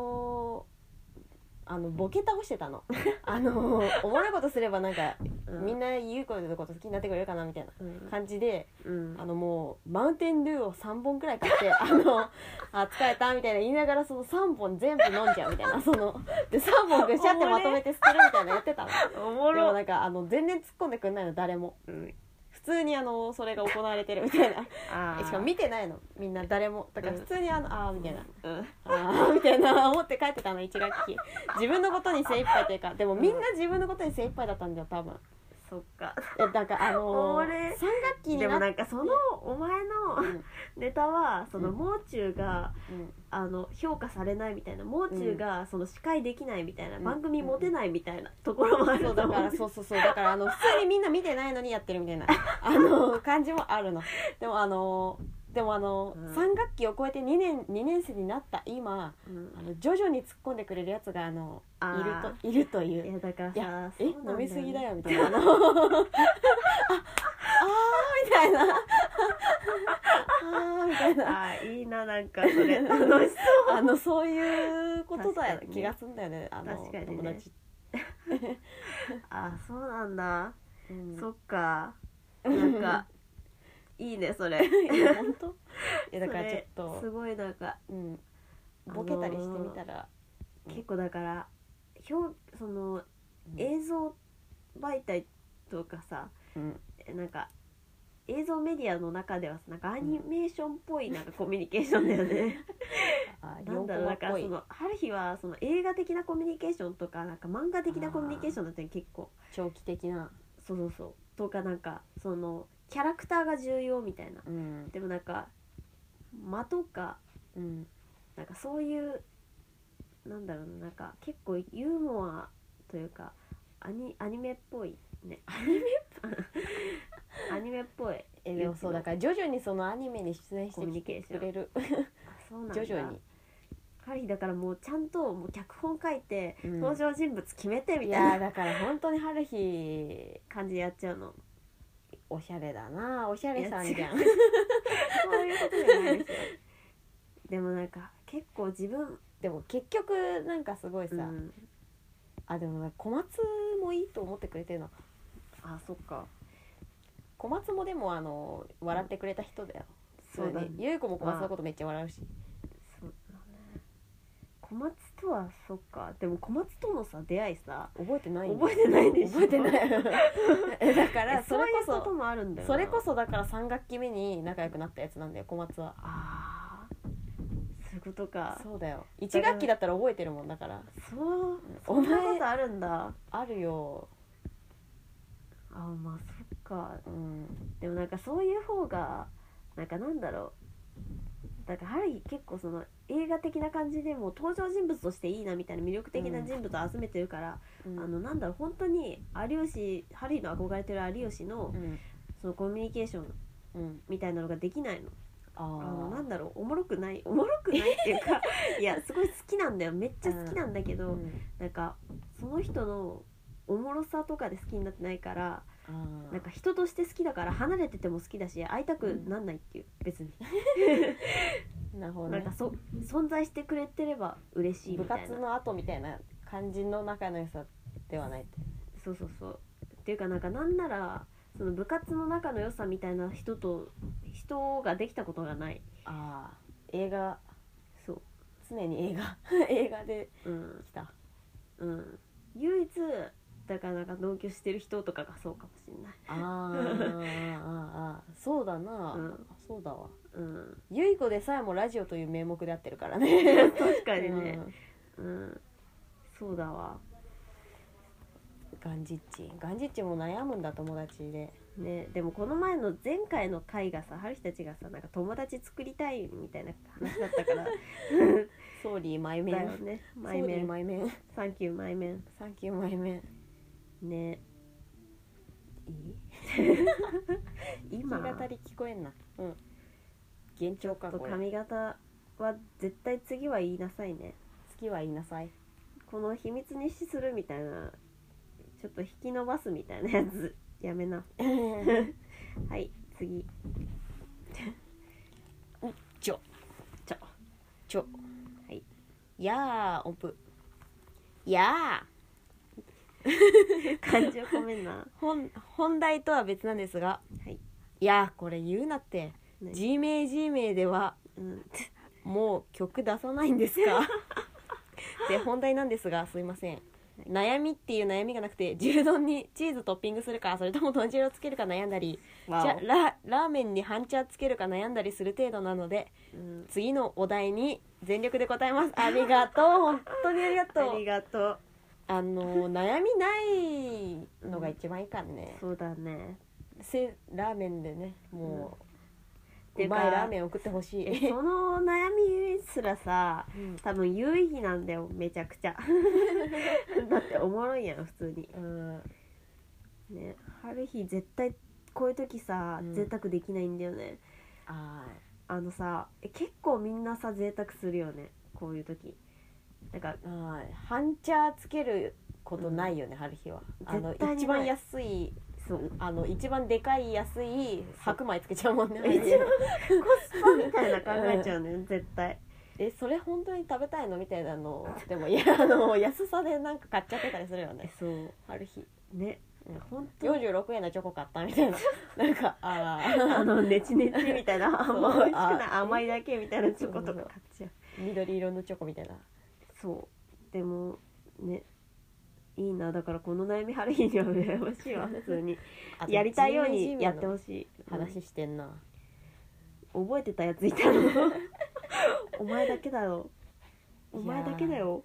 ボケ倒してたのおもろいことすればなんか、みんなゆうこのこと好きになってくれるかなみたいな感じで、もうマウンテンデューを3本くらい買って疲れたみたいな言いながら、その3本全部飲んじゃうみたいな、で3本ぐしゃってまとめて捨てるみたいなやってたの。 おもろ。 でもなんか全然突っ込んでくんないの誰も、普通にそれが行われてるみたいなしかも見てないのみんな誰も。だから普通にみたいな、みたいな思って帰ってたの1学期。自分のことに精一杯というか、でもみんな自分のことに精一杯だったんだよ多分。 そっか。 だから3学期にでもなんかそのお前のネタはそのもう中が評価されないみたいな、もう中がその司会できないみたいな、番組持てないみたいなところもある。 だからそうだから普通にみんな見てないのにやってるみたいな感じもあるの。でも3学期を超えて2年生になった今、徐々に突っ込んでくれるやつがいるという。 いやだからさ、 飲みすぎだよみたいなみたいなみたいな。 いいな、なんかそれ楽しそうそういうことだよ、気がすんだよね。 確かにね、 友達そうなんだ、そっか。なんかいいねそれ。 いや本当。いやだからちょっとすごいなんか、 ボケたりしてみたら、 結構だからその映像媒体とかさ、なんか映像メディアの中ではなんかアニメーションっぽいなんかコミュニケーションだよね。なんだろう、なんかその春日はその映画的なコミュニケーションとかなんか漫画的なコミュニケーションだったり結構長期的な、 そうとかなんかそのキャラクターが重要みたいな、でもなんか間とか、なんかそういうなんだろうな、なんか結構ユーモアというかアニメっぽいね。アニメっぽい。 でもそうだから徐々にそのアニメに出演してきてくれる。 そうなんだ。 徐々に。 ハリーだからもうちゃんともう脚本書いて、登場人物決めてみたいな。 いやだから本当に春日感じでやっちゃうの。 おしゃれだな、おしゃれさんじゃん。 そういうことじゃないですよ。でもなんか結構自分でも結局なんかすごいさ、でも小松もいいと思ってくれてるの。 そっか。 小松もでも笑ってくれた人だよ。 そうだね。 ゆい子も小松のことめっちゃ笑うし。 そうだね。小松とはそっか。でも小松とのさ出会いさ覚えてないんでしょ。 覚えてない。だからそういうこともあるんだよな。 それこそだから3学期目に仲良くなったやつなんだよ小松は。 そういうことか。 そうだよ。1学期だったら覚えてるもんだから。 そう。そんなことあるんだ。 あるよ。 まあそっか。でもなんかそういう方がなんだろう。だからハリー結構その映画的な感じでも登場人物としていいなみたいな魅力的な人物を集めてるから、なんだろう、本当にハリーの憧れてる有吉の、そのコミュニケーションみたいなのができないの。なんだろう、おもろくないっていうかいやすごい好きなんだよ、めっちゃ好きなんだけど、なんかその人のおもろさとかで好きになってないから、なんか人として好きだから離れてても好きだし会いたくなんないっていう、別になるほどね。 なんか存在してくれてれば嬉しいみたいな、 部活の後みたいな感じの仲の良さではないって。 そうっていうかなんならその部活の仲の良さみたいな人ができたことがない。 映画、 そう常に映画で来た。 唯一だから同居してる人とかがそうかもしれない。 そうだな、そうだわ。ゆい子でさえもラジオという名目で合ってるからね。 確かにね。そうだわ。 ガンジッチも悩むんだ、友達でね。でもこの前の前回の回がさ、春日たちがさ友達作りたいみたいな話だったからソーリーマイメンだよね。マイメンサンキューマイメンね。今弾き語り聞こえんな。幻聴か。これ髪型は絶対次は言いなさいね。 次は言いなさい。 この秘密にするみたいな、ちょっと引き伸ばすみたいなやつやめな。はい、次。はい。 やー音符。やー。 漢字を込めんな。 本題とは別なんですが、いやこれ言うなって、G 名では、もう曲出さないんですかで本題なんですが、すいません、悩みっていう悩みがなくて、牛丼にチーズトッピングするか、それとも豚汁をつけるか悩んだり、ラーメンに半チャーつけるか悩んだりする程度なので、次のお題に全力で答えます。ありがとう、本当にありがとう。 ありがとう。 悩みないのが一番いいからね。 そうだね。 ラーメンでね、もう、うまいラーメンを送ってほしい。 その悩みすらさ、多分有意義なんだよ、めちゃくちゃだっておもろいやん普通に。ね、春日絶対こういう時さ、贅沢できないんだよね。さ、結構みんなさ贅沢するよね、こういう時。なんか半チャーつけることないよね、春日は。一番安い、一番でかい安い白米つけちゃうもんね。 一番コスパみたいな考えちゃうね、絶対。 それ本当に食べたいのみたいなのでも安さでなんか買っちゃってたりするよね。 そう、 春日ね、 本当 46円のチョコ買ったみたいななんかネチネチみたいなあんま美味しくない甘いだけみたいなチョコとか買っちゃう。 緑色のチョコみたいな。 そうでもねいいな、だからこの悩み春日には羨ましいわ普通にやりたいようにやってほしい。 話してんな、 覚えてたやついたのお前だけだろ、お前だけだよ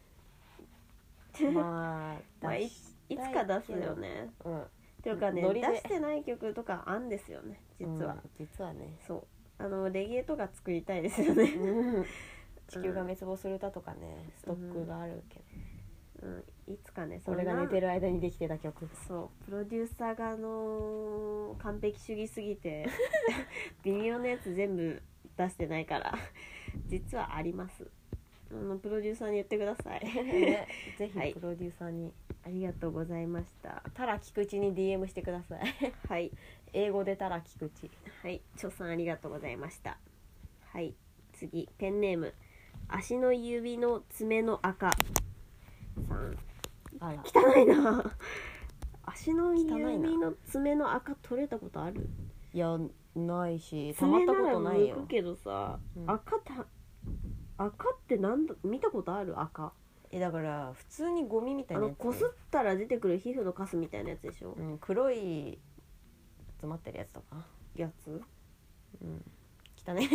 まあいつか出すよね。ていうかね、出してない曲とかあんですよね実は、 実はね。 そうレゲエとか作りたいですよね地球が滅亡する歌とかね、ストックがあるけど、 いつかね、 俺が寝てる間にできてた曲。 そうプロデューサーが完璧主義すぎて微妙なやつ全部出してないから実はあります。プロデューサーに言ってください、 ね、ぜひプロデューサーに、 ありがとうございました。 たら菊池に DM してくださいはい、 英語でたら菊池。 はい、ちょさんありがとうございました。はい、次ペンネーム足の指の爪の赤さん。 あら汚いな足の指の爪の赤取れたことある？ いやないし、たまったことないよ。 爪なら剥くけどさ、赤ってなんだ、見たことある？赤だから普通にゴミみたいなやつ、 こすったら出てくる皮膚のカスみたいなやつでしょ、 黒い詰まってるやつとかやつ、 汚ね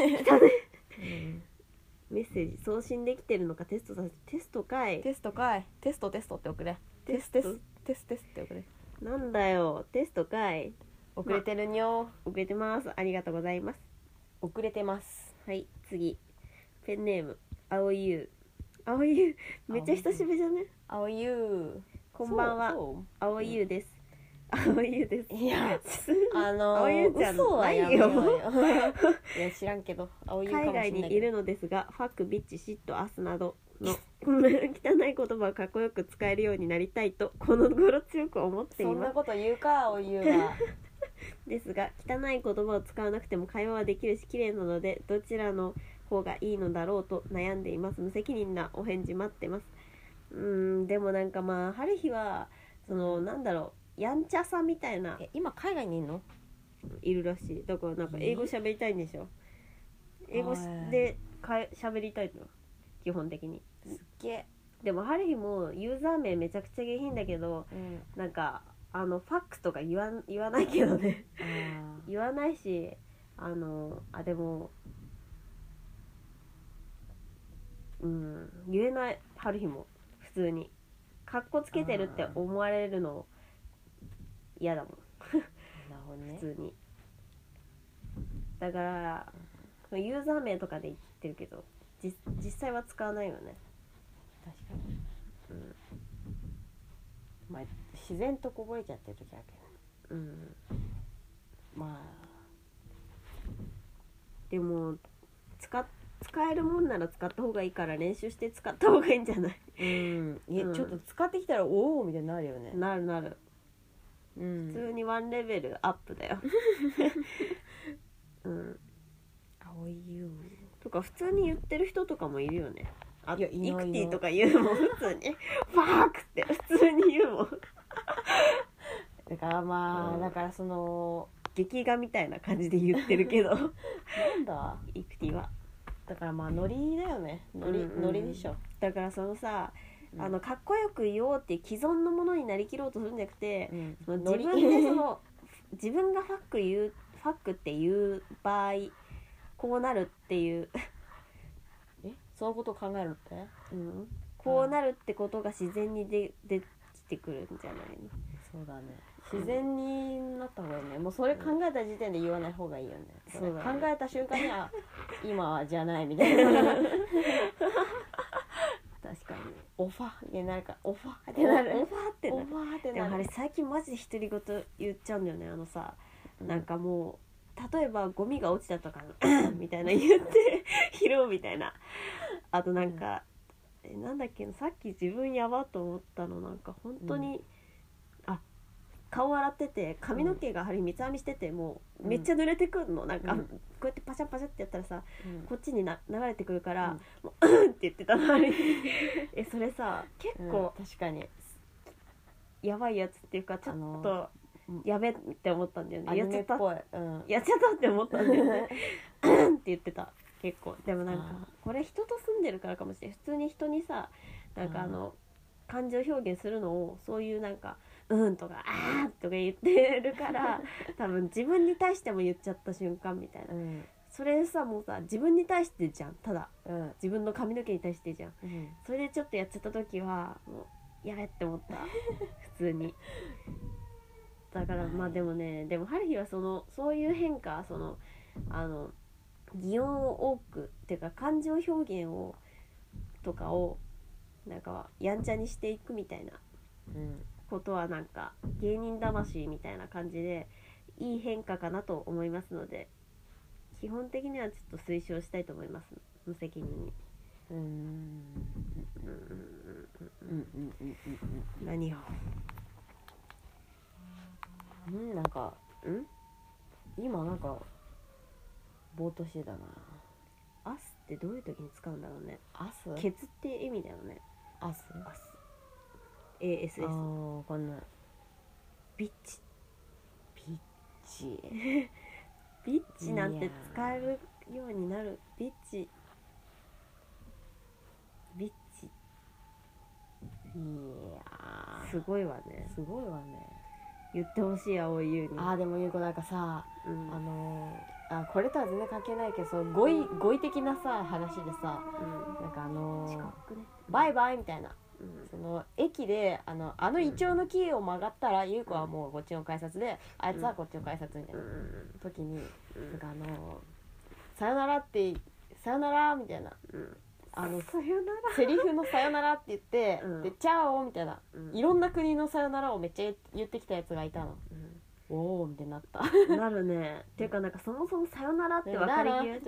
メッセージ送信できてるのかテストかい。 テストって送れ。テスって送れ。 なんだよテストかい。 遅れてるにょ、 遅れてます。ありがとうございます。 遅れてます。 はい、次ペンネーム青いゆめっちゃ久しぶりじゃね。 青いゆこんばんは、青いゆです。青いゆです。 いや青いゆちゃん嘘はやめようよいや知らんけど青いゆかもしれないけど。 海外にいるのですがファックビッチシットアスなどの汚い言葉をかっこよく使えるようになりたいとこの頃強く思っています。 そんなこと言うか青いゆがですが汚い言葉を使わなくても会話はできるし綺麗なのでどちらの方がいいのだろうと悩んでいます。無責任なお返事待ってます。でもなんかまあ春日はなんだろう、やんちゃさみたいな。 今海外にいるの？ いるらしい。だからなんか英語喋りたいんでしょ。英語で喋りたいの基本的に。 すっげえ。 でも春日もユーザー名めちゃくちゃ下品だけど、なんかファックとか言わないけどね言わないしでも言えない。春日も普通にカッコつけてるって思われるの嫌だもんなるほどね。 普通に。だからユーザー名とかで言ってるけど実際は使わないよね。 確かに。まあ自然とこぼれちゃってる時あるけど。まあでも使えるもんなら使った方がいいから練習して使った方がいいんじゃない？ いや、ちょっと使ってきたらおおみたいになるよね。 なる。普通にワンレベルアップだよ青いゆとか普通に言ってる人とかもいるよね。 いやいないイクティとか言うもん普通にファークって普通に言うもんだからまあ、だから劇画みたいな感じで言ってるけどなんだイクティはだからまあノリだよね。ノリでしょ。 だからさかっこよく言おうっていう既存のものになりきろうとするんじゃなくて、自分で自分がファックっていう場合こうなるっていうそのことを考えるって、 こうなるってことが自然に出てきてくるんじゃないの？ そうだね。自然になった方がいいね。もうそれ考えた時点で言わない方がいいよね。 そうだね。 考えた瞬間に今はじゃないみたいな確かにオファーになるからオファーってなる。 オファーってなる。 でもあれ最近マジで独り言言っちゃうんだよね。なんかもう例えばゴミが落ちたとかみたいな言って拾うみたいな。あとなんか、なんだっけ、さっき自分やばと思ったの、なんか本当に、顔洗ってて髪の毛が三つ編みしててもうめっちゃ濡れてくんの、なんか、こうやってパシャパシャってやったらさ、こっちに流れてくるから、もうって言ってたのあれそれさ結構、 確かにやばいやつっていうかちょっとやべって思ったんだよね。 アニメっぽい、 やっちゃったって思ったんだよねって言ってた結構。でもなんかこれ人と住んでるからかもしれない。普通に人にさなんか感情表現するのをそういうなんかうんとかあーとか言ってるから多分自分に対しても言っちゃった瞬間みたいな、それさもうさ自分に対してじゃん、ただ、自分の髪の毛に対してじゃん、それでちょっとやっちゃった時はもうやべって思った普通に。だからまあでもね、でも春日はそういう変化、擬音を多くっていうか感情表現をとかをなんかやんちゃにしていくみたいなことはなんか芸人魂みたいな感じでいい変化かなと思いますので、基本的にはちょっと推奨したいと思います、無責任に。何をなんか今なんかぼーっとしてたな。 アスってどういう時に使うんだろうね。 アスケツって意味だよね。 アス ASS。 わかんない。 ビッチピッチビッチなんて使えるようになる。ビッチいやすごいわね。 すごいわね。 言ってほしい青井優に。 でもゆうこなんかさ、これとは全然関係ないけど、そう語彙的なさ話でさ、なんか近くね、 バイバイみたいな、その駅でイチョウの木を曲がったら、ゆうこはもうこっちの改札で、あいつはこっちの改札みたいな時に、なんかさよならってさよならみたいな、 さよならセリフのさよならって言って、でチャオみたいな、いろんな国のさよならをめっちゃ言ってきたやつがいたの。おーみたいになったなるね。っていうかなんかそもそもさよならって分かりきれ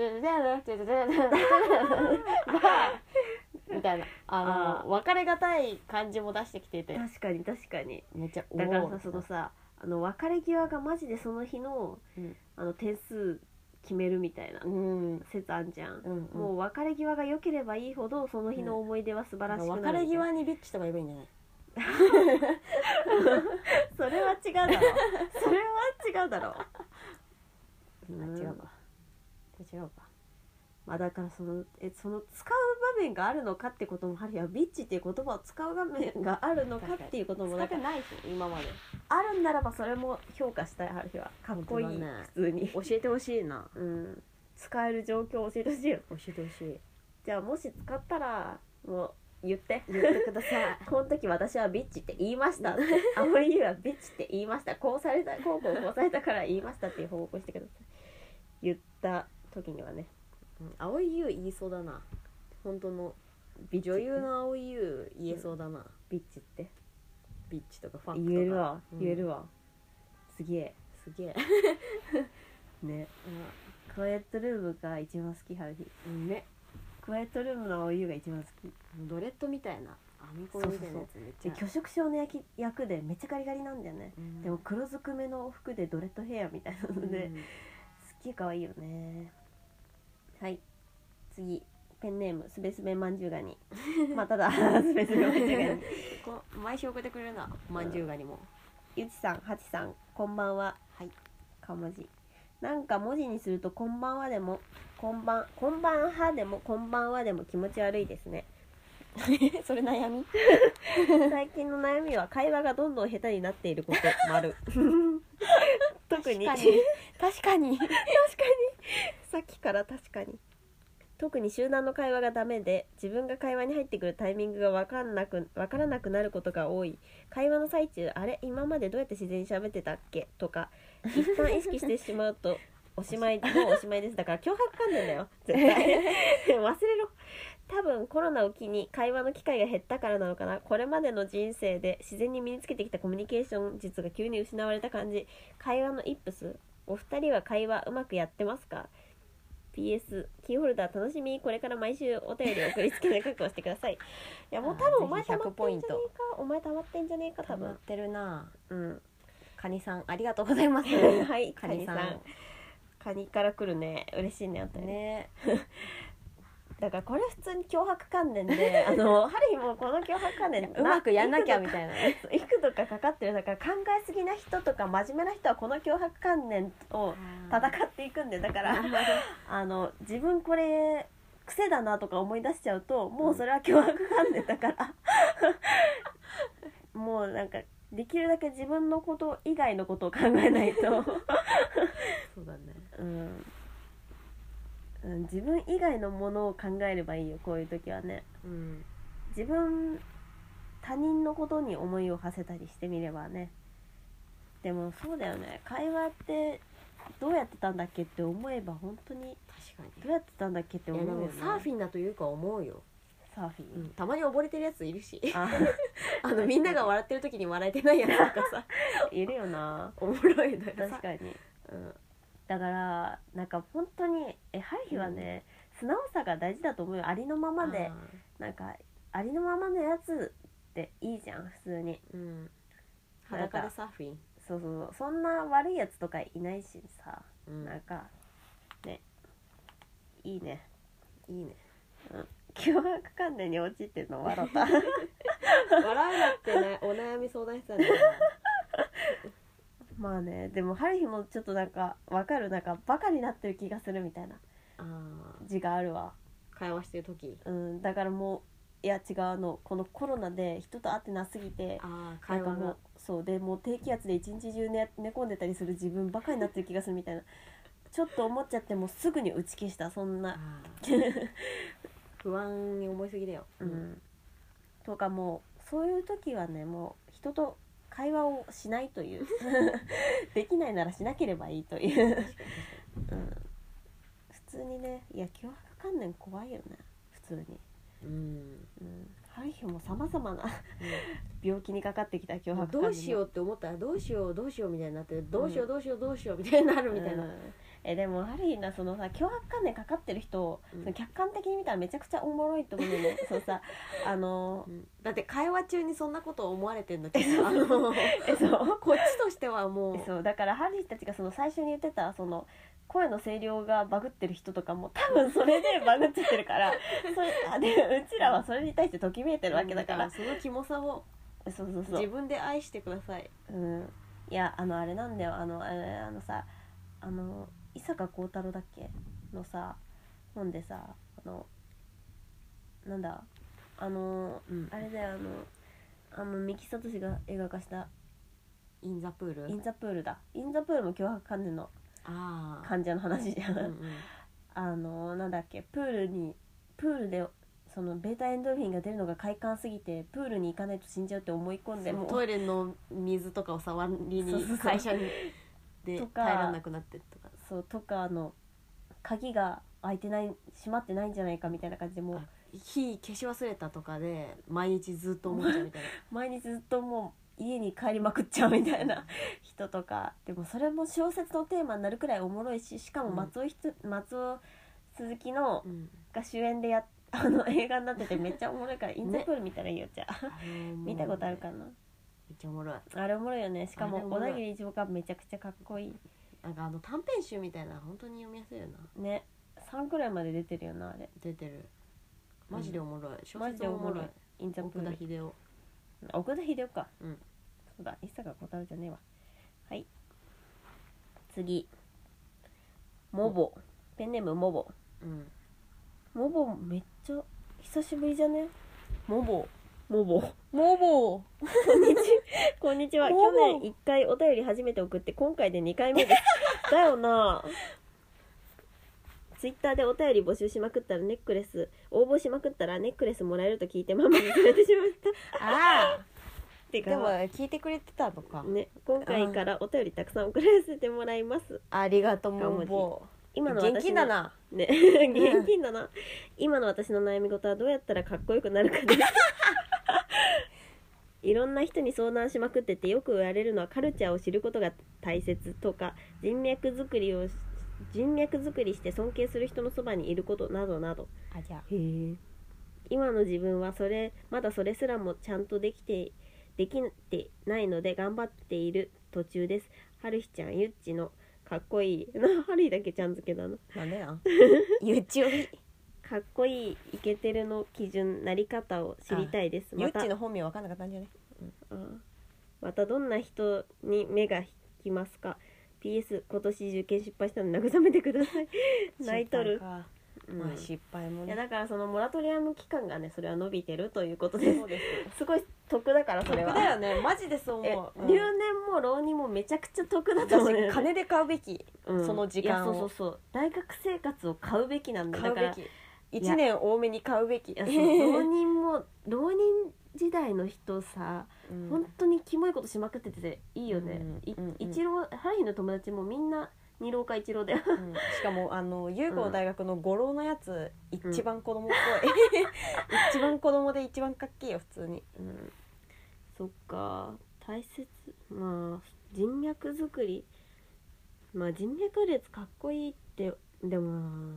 みたいな別れがたい感じも出してきてて、 確かに確かに。 めっちゃだからさ、そのさ別れ際がマジでその日の、点数決めるみたいな説あんじゃん、もう別れ際が良ければいいほどその日の思い出は素晴らしくなる、 別れ際にビッチとか言えばいいんじゃないそれは違うだろそれは違うだろ違うかまあだからその使う場面があるのかってことも、ハリはビッチっていう言葉を使う場面があるのかっていうことも使ってないし、今まであるんならばそれも評価したい。ハリはかっこいい、 ね、 普通に教えてほしいな、 使える状況を教えてほしいよ。 教えてほしい。 じゃあもし使ったらもう言ってくださいこの時私はビッチって言いました青井優はビッチって言いました、こうされたこうされたから言いましたっていう報告してください。言った時にはね、 青井優言いそうだな。本当の女優の青井優言えそうだな、 ビッチってビッチとかファンクとか言えるわ、言えるわ。すげえね、クワイエットルームが一番好き。ハルヒね、 クワイエットルームの青井優が一番好き。 ドレッドみたいな編み込みみたいなやつめっちゃ拒食症の役でめっちゃガリガリなんだよね、でも黒ずくめの服でドレッドヘアみたいなので、すっげえ可愛いよね。はい、次ペンネームすべすべまんじゅうガニまあただすべすべまんじゅうガニ毎週送ってくれるな、まんじゅうガニも。 ゆちさん、はちさん、こんばんは。 はい、 か文字なんか文字にするとこんばんはでもこんばんはでもこんばんはでも気持ち悪いですねそれ悩み最近の悩みは会話がどんどん下手になっていること丸特に確かにさっきから確かに特に集団の会話がダメで自分が会話に入ってくるタイミングがわからなくなることが多い。会話の最中あれ今までどうやって自然に喋ってたっけとか一旦意識してしまうともうおしまいです。だから脅迫観念だよ絶対忘れろ。多分コロナを機に会話の機会が減ったからなのかな。これまでの人生で自然に身につけてきたコミュニケーション術が急に失われた感じ。会話のイップス。お二人は会話うまくやってますか？ PS キーホルダー楽しみ。これから毎週お便り送りつける覚悟してください。いやもう多分お前溜まってんじゃねえか。お前溜まってんじゃねえか多分。 溜まってるな。 うんカニさんありがとうございますはいカニさん。 カニカニから来るね。嬉しいねあんたねだからこれ普通に強迫観念でハリーもこの強迫観念うまくやんなきゃみたいなね。 幾度かかかってる。だから考えすぎな人とか真面目な人はこの強迫観念を戦っていくんで、だから自分これ癖だなとか思い出しちゃうともうそれは強迫観念だからもうなんかできるだけ自分のこと以外のことを考えないとそうだね。 自分以外のものを考えればいいよ、こういう時はね。他人のことに思いを馳せたりしてみればね。でもそうだよね、会話ってどうやってたんだっけって思えば本当に確かに。 どうやってたんだっけって思うよね。 いやでもサーフィンだというか思うよ。 サーフィン、 たまに溺れてるやついるしみんなが笑ってる時に笑えてないやつとかさいるよな。 おもろいのよさ。 確かに、だからなんか本当にハリーはね、素直さが大事だと思うよ。ありのままで、なんかありのままのやつっていいじゃん普通に。 裸でサーフィン。 そうそう、そんな悪いやつとかいないしさ、なんかね、いいね。 いいね。 強迫観念に陥ってるの笑った。 笑うなってね、お悩み相談してたんだよ。 まあね、でもハリーもちょっとなんかわかる、なんかバカになってる気がするみたいな字があるわ。 会話してる時。 だからもういや違う、このコロナで人と会ってなすぎて、 会話がそうでもう低気圧で一日中寝込んでたりする自分バカになってる気がするみたいなちょっと思っちゃって、もうすぐに打ち消した。そんな不安に思いすぎだよ。 とか、もうそういう時はね、もう人と会話をしないというできないならしなければいいという普通にね。いや強迫観念怖いよね普通に。ハリーもさまざまな病気にかかってきた強迫観念。 どうしようって思ったらどうしようみたいになって、どうしようみたいになるみたいな。 でもハリーなそのさ強迫観念かかってる人を、客観的に見たらめちゃくちゃおもろいと思うのね。そうさだって会話中にそんなこと思われてんだけどそうこっちとしてはもうそうだからハリーたちがその最初に言ってたその声の声量がバグってる人とかも多分それでバグっちゃってるからでうちらはそれに対してときめいてるわけだから、 そのキモさをそう自分で愛してください。 いやあれなんだよ、さ伊坂幸太郎だっけのさ本でさなんだあれだよ、三木聡が映画化したインザプール。 インザプールだ。インザプールも強迫観念の患者の話じゃん。なんだっけ、プールでそのベータエンドルフィンが出るのが快感すぎてプールに行かないと死んじゃうって思い込んで、もトイレの水とかを触りに会社で帰らなくなってとか、 そうとか鍵が開いてない閉まってないんじゃないかみたいな感じで、もう火消し忘れたとかで毎日ずっと思っちゃうみたいな毎日ずっともう家に帰りまくっちゃうみたいな人とか。でもそれも小説のテーマになるくらいおもろいし、しかも松尾鈴木のが主演で映画になっててめっちゃおもろいから、インザプール見たらいいよ。じゃあ見たことあるかな。 めっちゃおもろい。 あれおもろいよね。しかも小田切一郎がめちゃくちゃかっこいい。 なんか短編集みたいな本当に読みやすいよな。 ね、3くらいまで出てるよなあれ。 出てる。マジでおもろい。小マジでおもろい。 インザプール。奥田秀夫。 奥田秀夫か。そうだ、伊坂幸太郎じゃねえわ。はい。次。モボ。ペンネームモボ。モボめっちゃ久しぶりじゃね。モボこんにちは。去年1回お便り初めて送って今回で2回目です。だよな。ツイッターでお便り募集しまくったら応募しまくったらネックレスもらえると聞いてママに連れてしまった。 でも聞いてくれてたのかね。今回からお便りたくさん送らせてもらいます。 ありがとうモボ。 今の現金だな。 ね、現金だな。今の私の悩み事はどうやったらかっこよくなるかです。いろんな人に相談しまくっててよく言われるのはカルチャーを知ることが大切とか、人脈作りして尊敬する人のそばにいることなどなど。今の自分はまだそれすらもちゃんとできてないので頑張っている途中です。はるひちゃんゆっちのかっこいいハリーだけちゃん付けだな。 なんでなんゆっちよりかっこいいイケてるの基準なり方を知りたいです。 ゆっちの本名分かんなかったんじゃね。 またどんな人に目が引きますか。 PS 今年受験失敗したので慰めてください泣いとる。 まあ失敗もね。 いやだからそのモラトリアム期間がねそれは伸びてるということです。 そうですすごい得だからそれは。 得だよね、マジでそう思う。 留年も浪人もめちゃくちゃ得だと思う、ね、 金で買うべき、その時間を。 いやそう大学生活を買うべきなんだ。 買うべき、1年多めに買うべき。 浪人時代の人さ、本当にキモいことしまくってていいよね。一浪ハリーの友達もみんな二浪か一浪だよ、 しかも優子の大学の五浪のやつ、一番子供っぽい一番子供で一番かっけえよ普通に。 そっか、大切。まあ人脈作り、まあ人脈列かっこいいって、でも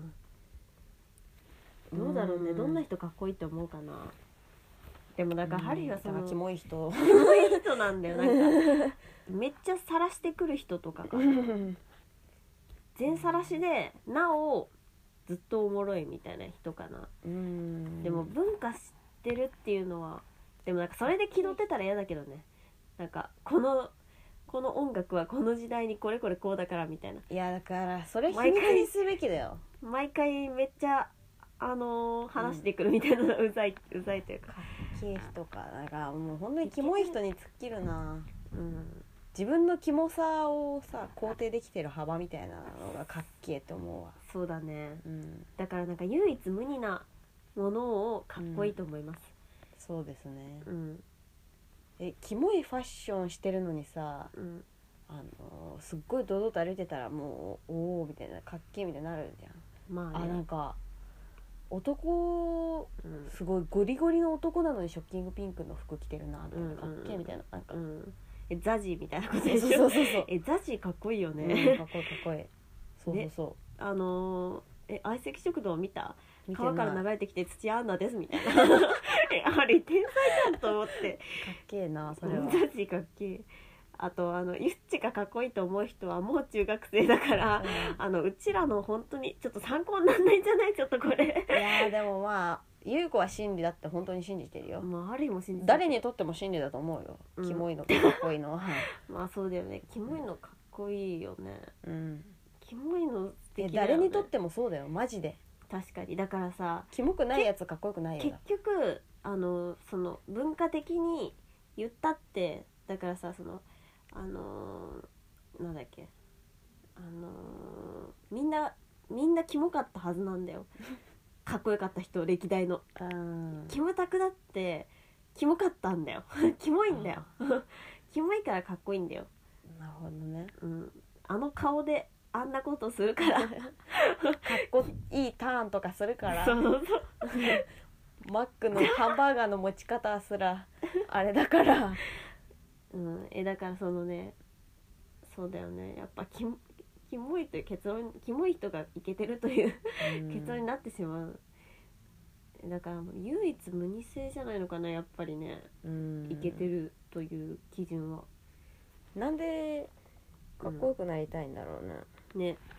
どうだろうね、どんな人かっこいいって思うかな。でもだからハリーはそのキモい人なんだよ。なんかめっちゃ晒してくる人とかが全晒しでなおずっとおもろいみたいな人かな。でも文化知ってるっていうのは、でもなんかそれで気取ってたら嫌だけどね。なんかこの音楽はこの時代にこれこれこうだからみたいな。 いやだからそれ秘密にすべきだよ。 毎回めっちゃ話してくるみたいなのうざいというか。 かっけえ人か。だからもう本当にキモい人に突っ切るな。自分のキモさをさ肯定できてる幅みたいなのがかっけえと思うわ。 そうだね、だからなんか唯一無二なものをかっこいいと思います。 そうですね。キモいファッションしてるのにさ、すっごい堂々と歩いてたらもうおおみたいな、かっけえみたいになるじゃん。 まあね、 なんか男、すごいゴリゴリの男なのにショッキングピンクの服着てるなみたいな、かっけえみたいな、なんか、 ザジーみたいなことでしょ。 そうザジーかっこいいよね、 かっこいいかっこいい。そう相席食堂見た？ 見てない。 川から流れてきて土アンナですみたいなあれ天才じゃんと思って。 かっけえなそれは。 ザジーかっけえ。あとゆっちがかっこいいと思う人はもう中学生だから、うちらの本当にちょっと参考にならないんじゃない？ちょっとこれ。 いやでもまあ優子は真理だって本当に信じてるよ。 まあある意味信じてる。 誰にとっても真理だと思うよ。キモいのかかっこいいのは。 まあそうだよね。キモいのかっこいいよね。キモいの素敵だよね。 誰にとってもそうだよマジで。 確かに。だからさ、 キモくないやつかっこよくないよ。 結局その文化的に言ったって、だからさ、そのなんだっけ、みんなキモかったはずなんだよかっこよかった人、歴代のキムタクだってキモかったんだよキモいんだよキモいからかっこいいんだよ。 なるほどね。 あの顔であんなことするからかっこいいターンとかするからそうマックのハンバーガーの持ち方すらあれだからだからそのね、そうだよね、やっぱキモいという結論、キモい人がイケてるという結論になってしまう。だからもう唯一無二性じゃないのかな、やっぱりね、イケてるという基準は。 なんでかっこよくなりたいんだろうね。 ね。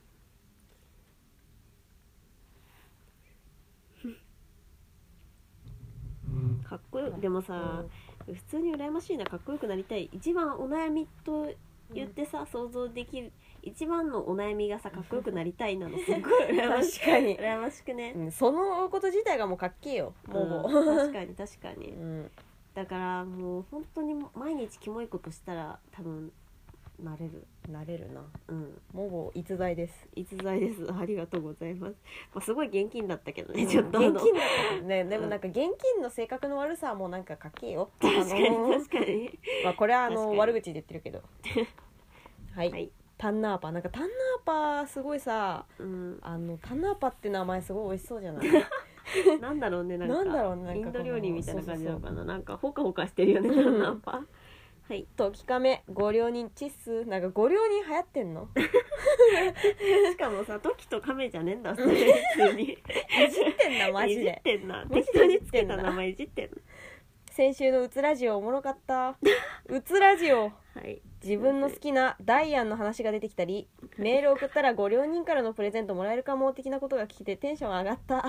かっこよでもさ、普通に羨ましいな。かっこよくなりたい。一番お悩みと言ってさ、想像できる一番のお悩みがさ、かっこよくなりたいなの、すごい羨ましい。 確かに羨ましくね、 そのこと自体がもうかっけえよ、もう、 確かに確かに、だからもう本当に毎日キモいことしたら多分なれるな。もう逸材です。 逸材です。ありがとうございます。すごい現金だったけどね、ちょっと現金だったね。でもなんか現金の性格の悪さはもうなんかかっけえよ。 確かにまあこれは悪口で言ってるけどはい、タンナーパ、なんかタンナーパすごいさ、タンナーパって名前すごい美味しそうじゃないなんだろうね、なんかインド料理みたいな感じなのかな。なんかホカホカしてるよね、タンナーパ。はい。 ときかめご両人チッス、なんかご両人流行ってんのしかもさ、トキとカメじゃねえんだ普通にいじってんなマジで。 いじってんな、適当につけた名前いじってんな。 先週のうつラジオおもろかったうつラジオはい、 自分の好きなダイアンの話が出てきたり、メールを送ったらご両人からのプレゼントもらえるかも的なことが聞いてテンション上がった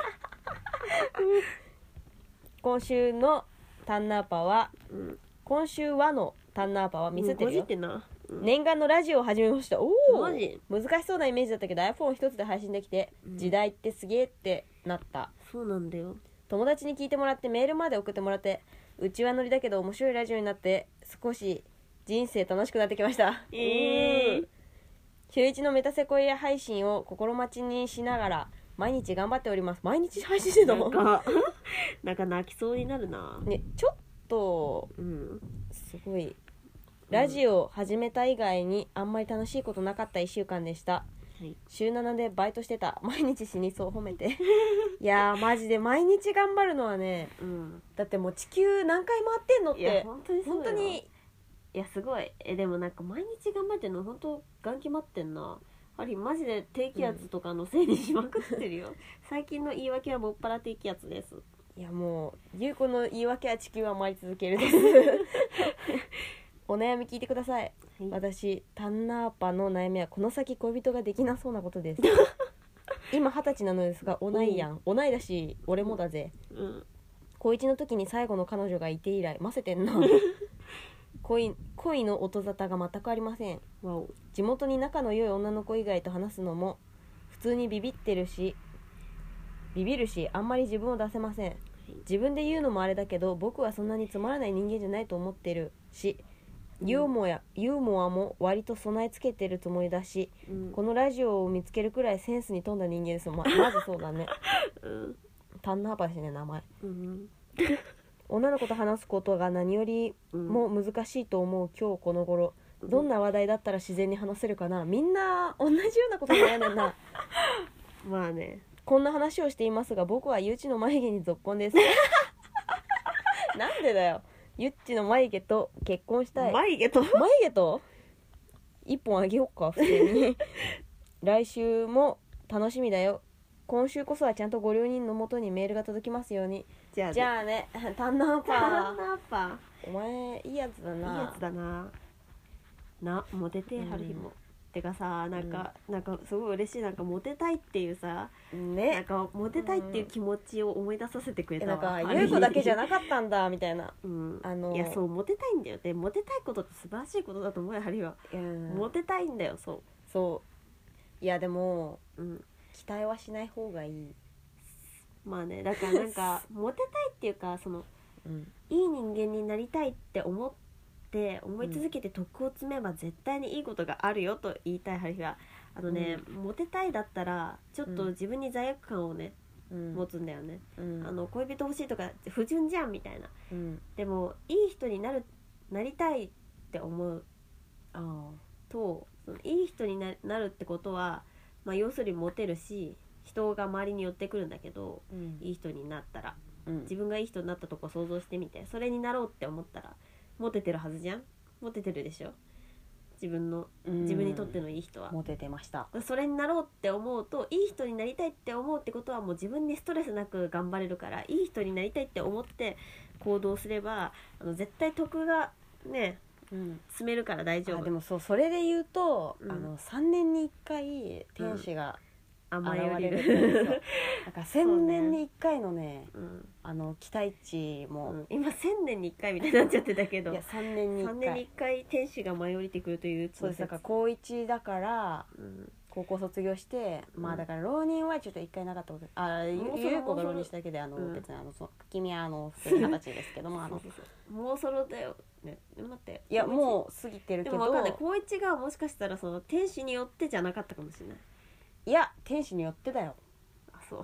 今週のタンナーパは、今週はのタンナーパは見せてるよ、念願のラジオを始めました。おお、 マジ難しそうなイメージだったけど iPhone 一つで配信できて、時代ってすげえってなった。 そうなんだよ。 友達に聞いてもらってメールまで送ってもらって、うちはノリだけど面白いラジオになって少し人生楽しくなってきました。週一のメタセコイア配信を心待ちにしながら毎日頑張っております。毎日配信してるのなんか泣きそうになるな。 ね、ちょっと、すごいラジオ始めた以外にあんまり楽しいことなかった1週間でした。週7でバイトしてた。毎日死にそう褒めていやーマジで毎日頑張るのはね、だってもう地球何回回ってんのって。 いや本当にそうよ。 本当に、 いやすごい。でもなんか毎日頑張ってんの本当ガン決まってんな。あれマジで低気圧とかのせいにしまくってるよ、最近の言い訳はもっぱら低気圧です。 いやもうゆうこの言い訳は地球は回り続けるですお悩み聞いてください。私タンナーパの悩みはこの先恋人ができなそうなことです今20歳なのですが、同いやん、同いだし俺もだぜ、高1の時に最後の彼女がいて以来ませてんな恋の音沙汰が全くありません。地元に仲の良い女の子以外と話すのも普通にビビるしあんまり自分を出せません。自分で言うのもあれだけど僕はそんなにつまらない人間じゃないと思ってるし、ユーモアも割と備え付けてるつもりだし、このラジオを見つけるくらいセンスに富んだ人間です。まずそうだね、タンナーパですね名前、女の子と話すことが何よりも難しいと思う今日この頃、どんな話題だったら自然に話せるかな。みんな同じようなことに悩んでんなまあね、 こんな話をしていますが僕はゆっちの眉毛にぞっこんですなんでだよ。ゆっちの眉毛と結婚したい。 眉毛と一本あげよっか普通に来週も楽しみだよ。今週こそはちゃんとご両人の元にメールが届きますように。じゃあねタンナーパお前いいやつだな。 いいやつだな。モテて春日も、てかさ、なんかすごい嬉しい。なんかモテたいっていうさ、なんかモテたいっていう気持ちを思い出させてくれたわ。 なんか優子だけじゃなかったんだみたいな、 いやそうモテたいんだよ。でモテたいことって素晴らしいことだと思うよ。ハリーはモテたいんだよ。 そういやでも、期待はしない方がいい。 まあね、だからなんかモテたいっていうかその、いい人間になりたいって思い続けて徳を積めば絶対にいいことがあるよと言いたい。ハリーはモテたいだったらちょっと自分に罪悪感をね、持つんだよね、恋人欲しいとか不純じゃんみたいな、でもいい人になりたいって思うと、そのいい人になるってことは、要するにモテるし人が周りに寄ってくるんだけど、いい人になったら、自分がいい人になったとこ想像してみて、それになろうって思ったらモテてるはずじゃん。モテてるでしょ、自分にとってのいい人は。 モテてました。 それになろうって思うと、いい人になりたいって思うってことはもう自分にストレスなく頑張れるから、いい人になりたいって思って行動すれば絶対得がね、積めるから大丈夫。 でもそれで言うと、3年に1回天使が現れるっていうだから1000年に1回のね、期待値も、 今1000年に1回みたいになっちゃってたけど、 いや3年に1回天使が舞い降りてくるという。 そうです。だから高1だから、高校卒業して、だから浪人はちょっと1回なかったこと、ゆう子が浪人しただけで別に君は普通に20歳ですけどももうそろだよね。待って、 いやもう過ぎてるけど、 でも分かんない。高1がもしかしたらその天使によってじゃなかったかもしれない。 いや天使によってだよ。 そう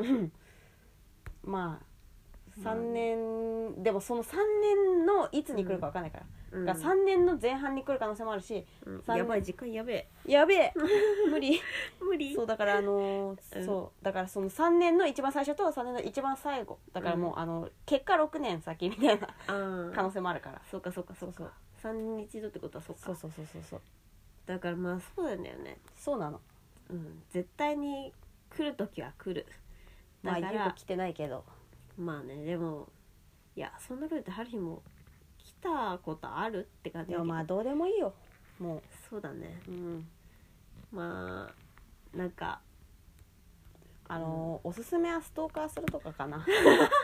3年、でもその3年のいつに来るか分かんないから、だから3年の前半に来る可能性もあるし、 やばい、時間やべえ無理そうだからそうだからその3年の一番最初と3年の一番最後だからもう、結果6年先みたいな可能性もあるから。 そうか3年に一度ってことはそうか。 そうだからそうなんだよね。 そうなの。 絶対に来るときは来る。 だから来てないけど、 でもいやそんなこと言って春日もきったことあるって感じいだけど。 やまあどうでもいいよもそうだね。 う、 まあなんかおすすめはストーカーするとかかな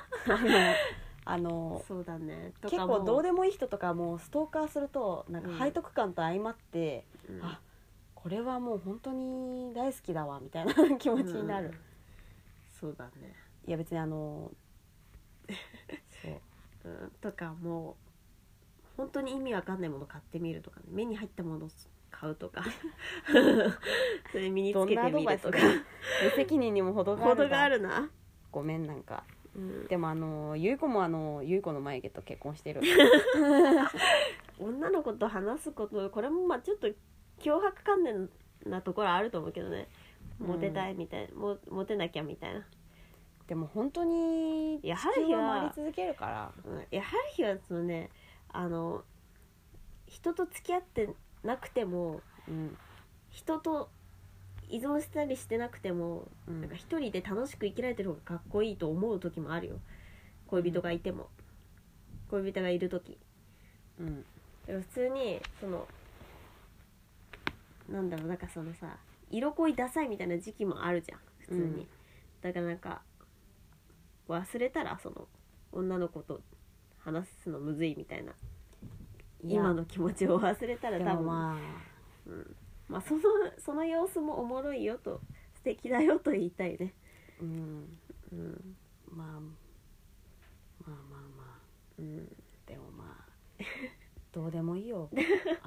そうだね。と結かも構どうでもいい人とかもうストーカーするとなんかうん背徳感と相まって、あこれはもう本当に大好きだわみたいな気持ちになる、 そうだね。 いや別にそうとかもう本当に意味わかんないもの買ってみるとかね、目に入ったものを買うとかそれ身につけてみるとか無責任にも程がある程があるな。 ごめんなんか、でもゆい子もゆい子の眉毛と結婚してる女の子と話すこと、これもまあちょっと脅迫観念なところあると思うけどね、モテたいみたいな、モテなきゃみたいな。 でも本当にいや地球は回り続けるからいや春日はそのね、人と付き合ってなくても、人と依存したりしてなくても、なんか一人で楽しく生きられてる方がかっこいいと思う時もあるよ。恋人がいても、恋人がいる時、だから普通になんだろう、なんかそのさ、色恋ダサいみたいな時期もあるじゃん普通に、だからなんか忘れたら女の子と話すのむずいみたいな、今の気持ちを忘れたら多分まあその様子もおもろいよと、素敵だよと言いたいね。 まあでもまあどうでもいいよ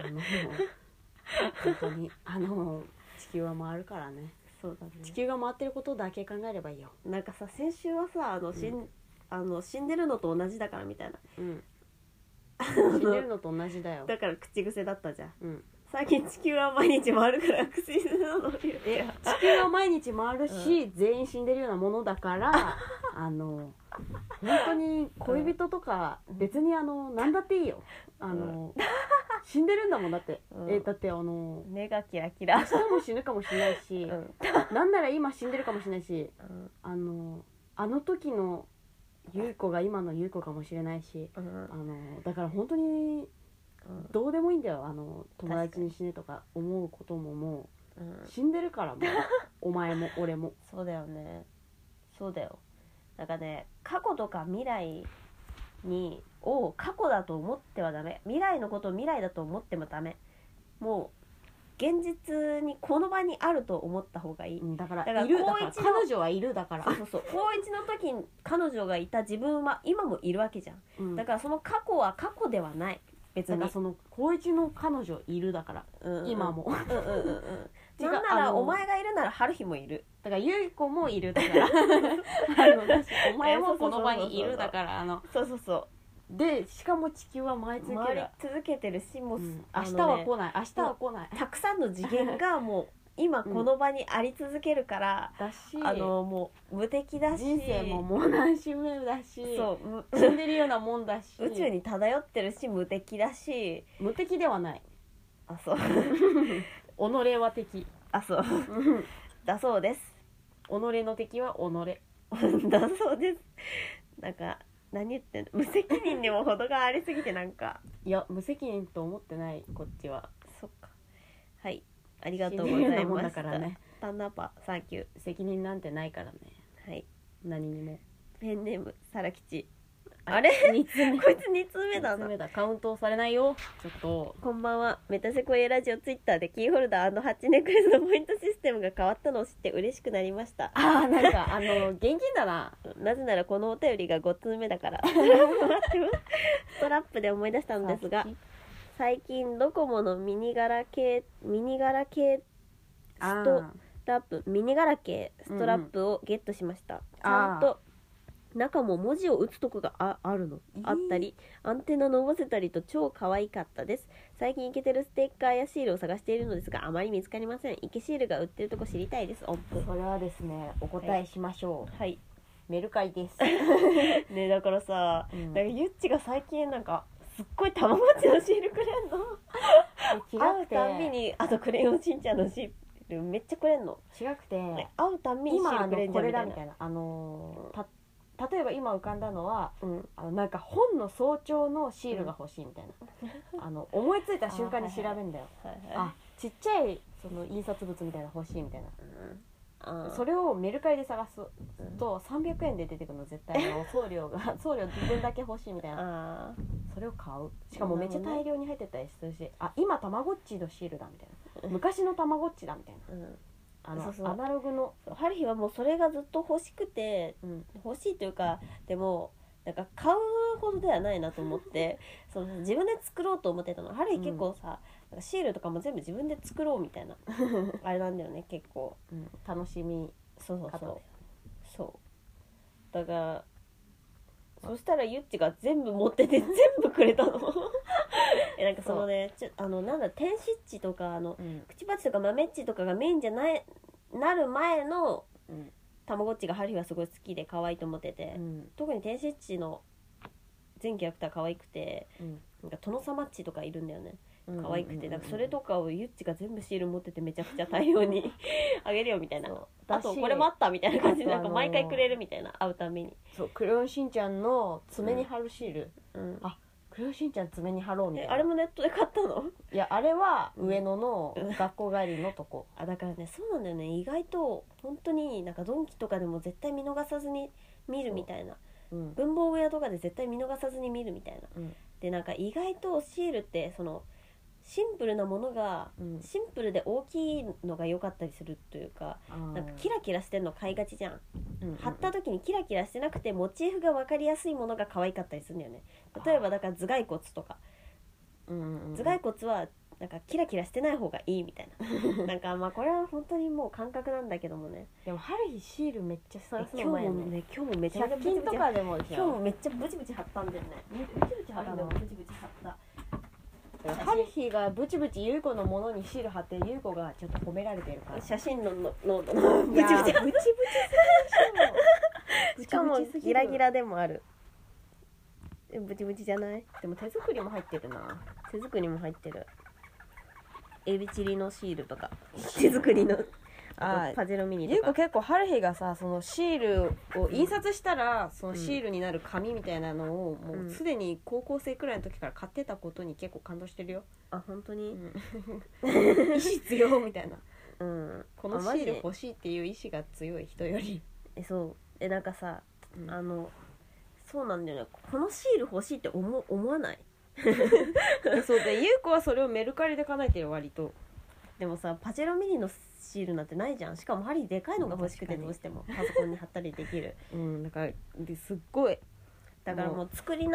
本当に地球は回るからね。 そうだね。 地球が回ってることだけ考えればいいよ。 なんかさ、先週はさ死んでるのと同じだからみたいな、 死んでるのと同じだよ。 だから口癖だったじゃん、最近地球は毎日回るから口癖なのよ。 地球は毎日回るし、全員死んでるようなものだから本当に恋人とか別に何だっていいよ。死んでるんだもんだって、だって目がキラキラ、 明日も死ぬかもしれないし、なんなら今死んでるかもしれないし、あの時の優子が今の優子かもしれないし、だから本当にどうでもいいんだよ。友達に死ねとか思うことももう死んでるから、もうお前も俺も。 そうだよね。そうだよ。なんかね、過去とか未来を過去だと思ってはダメ。未来のことを未来だと思ってもダメ。もう現実にこの場にあると思った方がいい。 だからいる。 彼女はいるだから。 そう高一の時に彼女がいた自分は今もいるわけじゃん。だからその過去は過去ではない。別に。 その高一の彼女いるだから。今も。 なんならお前がいるなら春日もいる。 だからゆい子もいるだからお前もこの場にいるだからそうで、しかも地球は回り続けてるし、もう、 明日は来ない、明日は来ない、 たくさんの次元がもう今この場にあり続けるから、 だし、 もう無敵だし、 人生ももう何周目だし、 そう死んでるようなもんだし、 宇宙に漂ってるし無敵だし。 無敵ではない。 そう己は敵。 そうだそうです。 己の敵は己だそうです。なんか何言ってんの、無責任にも程がありすぎて、なんかいや無責任と思ってない、こっちは。 そっか、はい、ありがとうございました。タナパサンキュー。 責任なんてないからね。 はい、 何にも。 ペンネームサラ吉。あれ 2通目。 こいつ2通目だな。 カウントされないよ。ちょっと。 こんばんは。メタセコイラジオツイッターでキーホルダー&ハッチネックレスのポイントシステムが変わったのを知って嬉しくなりました。 なんか現金だな。 なぜならこのお便りが5通目だからストラップで思い出したのですが、最近ドコモのミニガラケーストラップをゲットしました。ちゃんと中も文字を打つとこがあったり、アンテナ伸ばせたりと超可愛かったです。最近イケてるステッカーやシールを探しているのですが、あまり見つかりません。イケシールが売ってるとこ知りたいです。 それはですね、お答えしましょう。 はい、 メルカリですね。だからさ、なんかゆっちが最近なんかすっごいたまごっちのシールくれんの会うたんびに、あとクレヨンしんちゃんのシールめっちゃくれんの。 違くて、 会うたんびにシールくれんじゃんみたいな。 今これだみたいな、 例えば今浮かんだのはうんなんか本の早朝のシールが欲しいみたいな、思いついた瞬間に調べるんだよ。 はいはいあちっちゃいその印刷物みたいなの欲しいみたいな、 あそれをメルカリで探すと300円で出てくるの絶対送料自分だけ欲しいみたいな、 あそれを買う。しかもめっちゃ大量に入ってたりするし、今たまごっちのシールだみたいな、昔のたまごっちだみたいな、 そうそうアナログの、 ハルヒはもうそれがずっと欲しくて、欲しいというかでもなんか買うほどではないなと思ってその自分で作ろうと思ってたの。ハルヒ結構さ、なんかシールとかも全部自分で作ろうみたいなあれなんだよね結構。 楽しみそうそう方だよそうだからそしたらゆっちが全部持ってて全部くれたのなんかそのねなんだ天使っちとかくちばちとか豆っちとかがメインじゃないなる前のたまごっちがハルヒはすごい好きで可愛いと思ってて、特に天使っちの全キャラクター可愛くて、なんか殿様っちとかいるんだよね可愛くて、なんかそれとかをゆっちが全部シール持っててめちゃくちゃ大量にあげるよみたいな、あとこれもあったみたいな感じでなんか毎回くれるみたいな、会うために。 そうクレヨンしんちゃんの爪に貼るシール、クレヨンしんちゃん爪に貼ろうみたいな。 あれもネットで買ったの？ いやあれは上野の学校帰りのとこ、 だからねそうなんだよね、意外と本当になんかドンキとかでも絶対見逃さずに見るみたいな、文房具屋とかで絶対見逃さずに見るみたいな、でなんか意外とシールってそのシンプルなものが、シンプルで大きいのが良かったりするというか、なんかキラキラしてんの買いがちじゃん、貼った時にキラキラしてなくてモチーフが分かりやすいものが可愛かったりするんだよね。例えばだから頭蓋骨とか、頭蓋骨はなんかキラキラしてない方がいいみたいななんかまあこれは本当にもう感覚なんだけどもね。 でも春日シールめっちゃ探すの今うまいよね。 日もめちゃめちゃ 100均とかでも今日もめっちゃブチブチ貼ったんだよね。ブチブチ貼ったの、ブチブチ貼った。 春日がブチブチ優子のものにシール貼って優子がちょっと褒められてるから写真のノートのブチブチブチブチしかもギラギラでもある。ブチブチじゃない？ でも手作りも入ってるな。 手作りも入ってる。エビチリのシールとか手作りのパジェロミニとか。 優子結構春日がさそのシールを印刷したらそのシールになる紙みたいなのをもうすでに高校生くらいの時から買ってたことに結構感動してるよ。 本当に、 意志強みたいな、このシールマジ欲しいっていう意志が強い人よりそうなんかさ、そうなんだよね、このシール欲しいって思わない？ そうで優子はそれをメルカリで叶えてる割と。 でもさパジェロミニのシールなんてないじゃん。しかも針でかいのが欲しくてどうしてもパソコンに貼ったりできるだからすっごいだからもう作って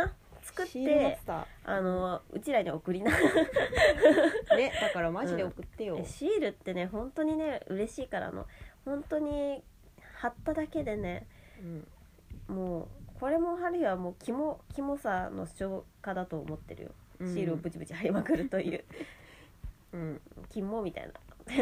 うちらに送りなね、だからマジで送ってよ、 シールってね本当にね嬉しいから本当に貼っただけでね、もうこれも春日はもうキモさの消化だと思ってるよ、シールをブチブチ貼りまくるというキモみたいな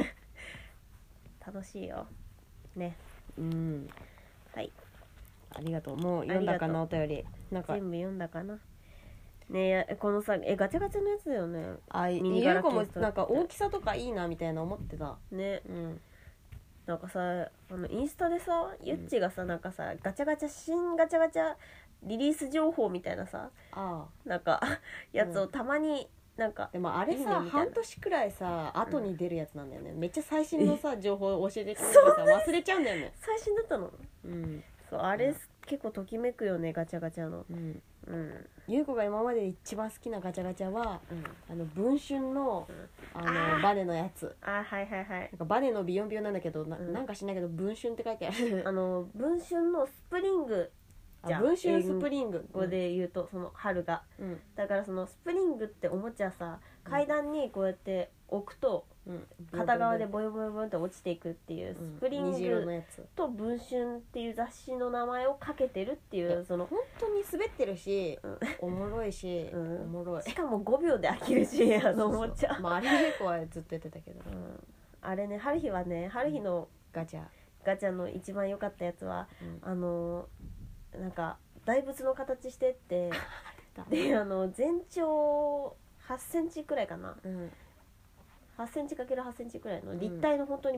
楽しいよね。はいありがとう。もう読んだかなお便り。なんか全部読んだかな。ねえこのさガチャガチャのやつだよね。 ミニガラケーもなんか大きさとかいいなみたいな思ってたね。なんかさインスタでさゆっちがさなんかさ新ガチャガチャリリース情報みたいなさなんかやつをたまになんか、 でもあれさ半年くらいさ後に出るやつなんだよね、めっちゃ最新のさ情報を教えてくれるからさ忘れちゃうんだよね。 最新だったの？そうあれ、結構ときめくよねガチャガチャの。 優子が今までで一番好きなガチャガチャは、文春のバネのやつ。 はいはいはい。 なんかバネのビヨンビヨンなんだけどなんかしないけど文春って書いてある。 文春のスプリングじゃん。 文春スプリング。 ここで言うとその春が。だからそのスプリングっておもちゃさ階段にこうやって置くと。片側でボヨボヨボヨって落ちていくっていうスプリングと文春っていう雑誌の名前をかけてるっていうその本当に滑ってるしおもろいしおもろいしかも5秒で飽きるしおもちゃあれ優子はずっとやってたけどあれね春日のガチャの一番良かったやつはなんか大仏の形してってで全長8センチくらいかな8センチ ×8 センチくらいの立体の本当に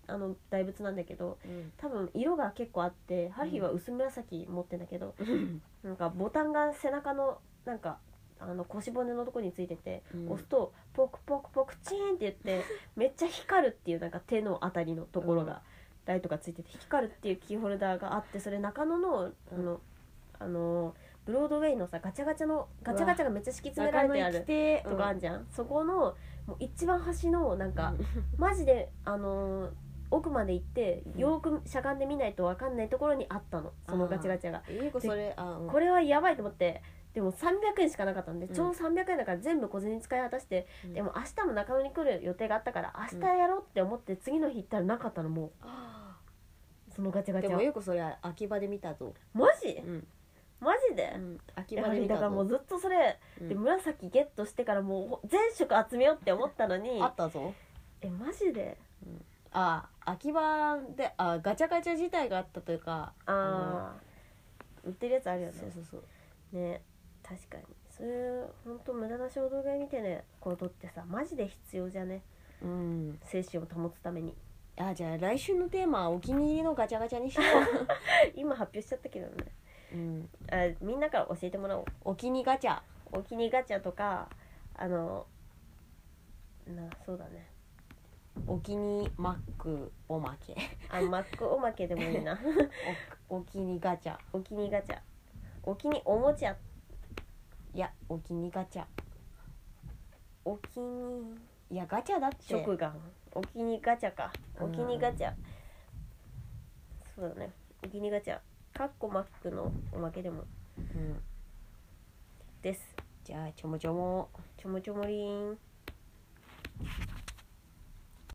大仏なんだけど、 うん多分色が結構あって、ハルヒは薄紫持ってんだけど、なんかボタンが背中のなんか腰骨のとこについてて、 うん押すとポクポクポクチーンって言ってめっちゃ光るっていう、なんか手のあたりのところが、ライトがついてて光るっていうキーホルダーがあって、それ中野のブロードウェイのさガチャガチャがめっちゃ敷き詰められてあるとかあるじゃん、そこのもう一番端のなんか、マジで奥まで行ってよーくしゃがんでみないと分かんないところにあったの、そのガチャガチャが。 それこれはやばいと思って、でも300円しかなかったんで、 うんちょうど300円だから全部小銭使い果たして、 うんでも明日も中野に来る予定があったから明日やろうって思って、次の日行ったらなかったの、もうそのガチャガチャ。 でもよくそれ秋葉で見たぞ。 マジうんマジで、 秋やはりだ葉で見たぞ。 からもうずっとそれ、 うんで紫ゲットしてからもう全色集めようって思ったのに、 あったぞ。 マジで秋葉でガチャガチャ自体があったというか、 売ってるやつあるよね。 そうね、確かにそういう本当無駄な衝動買いみたいなことってさ、マジで必要じゃね、精神を保つために。 じゃあ来週のテーマはお気に入りのガチャガチャにしよ今発表しちゃったけどね、 う、 みんなから教えてもらおう。 お気にガチャ、 お気にガチャとかそうだね、 お気にマックおまけマックおまけでもいいなお気にガチャ、 お気にガチャ、お気におもちゃ、 いやお気にガチャ、 お気にいやガチャだって食玩、お気にガチャか、お気にガチャ、そうだね、お気にガチャかっこマックのおまけでもです。 じゃあちょもちょもちょもちょもりーん。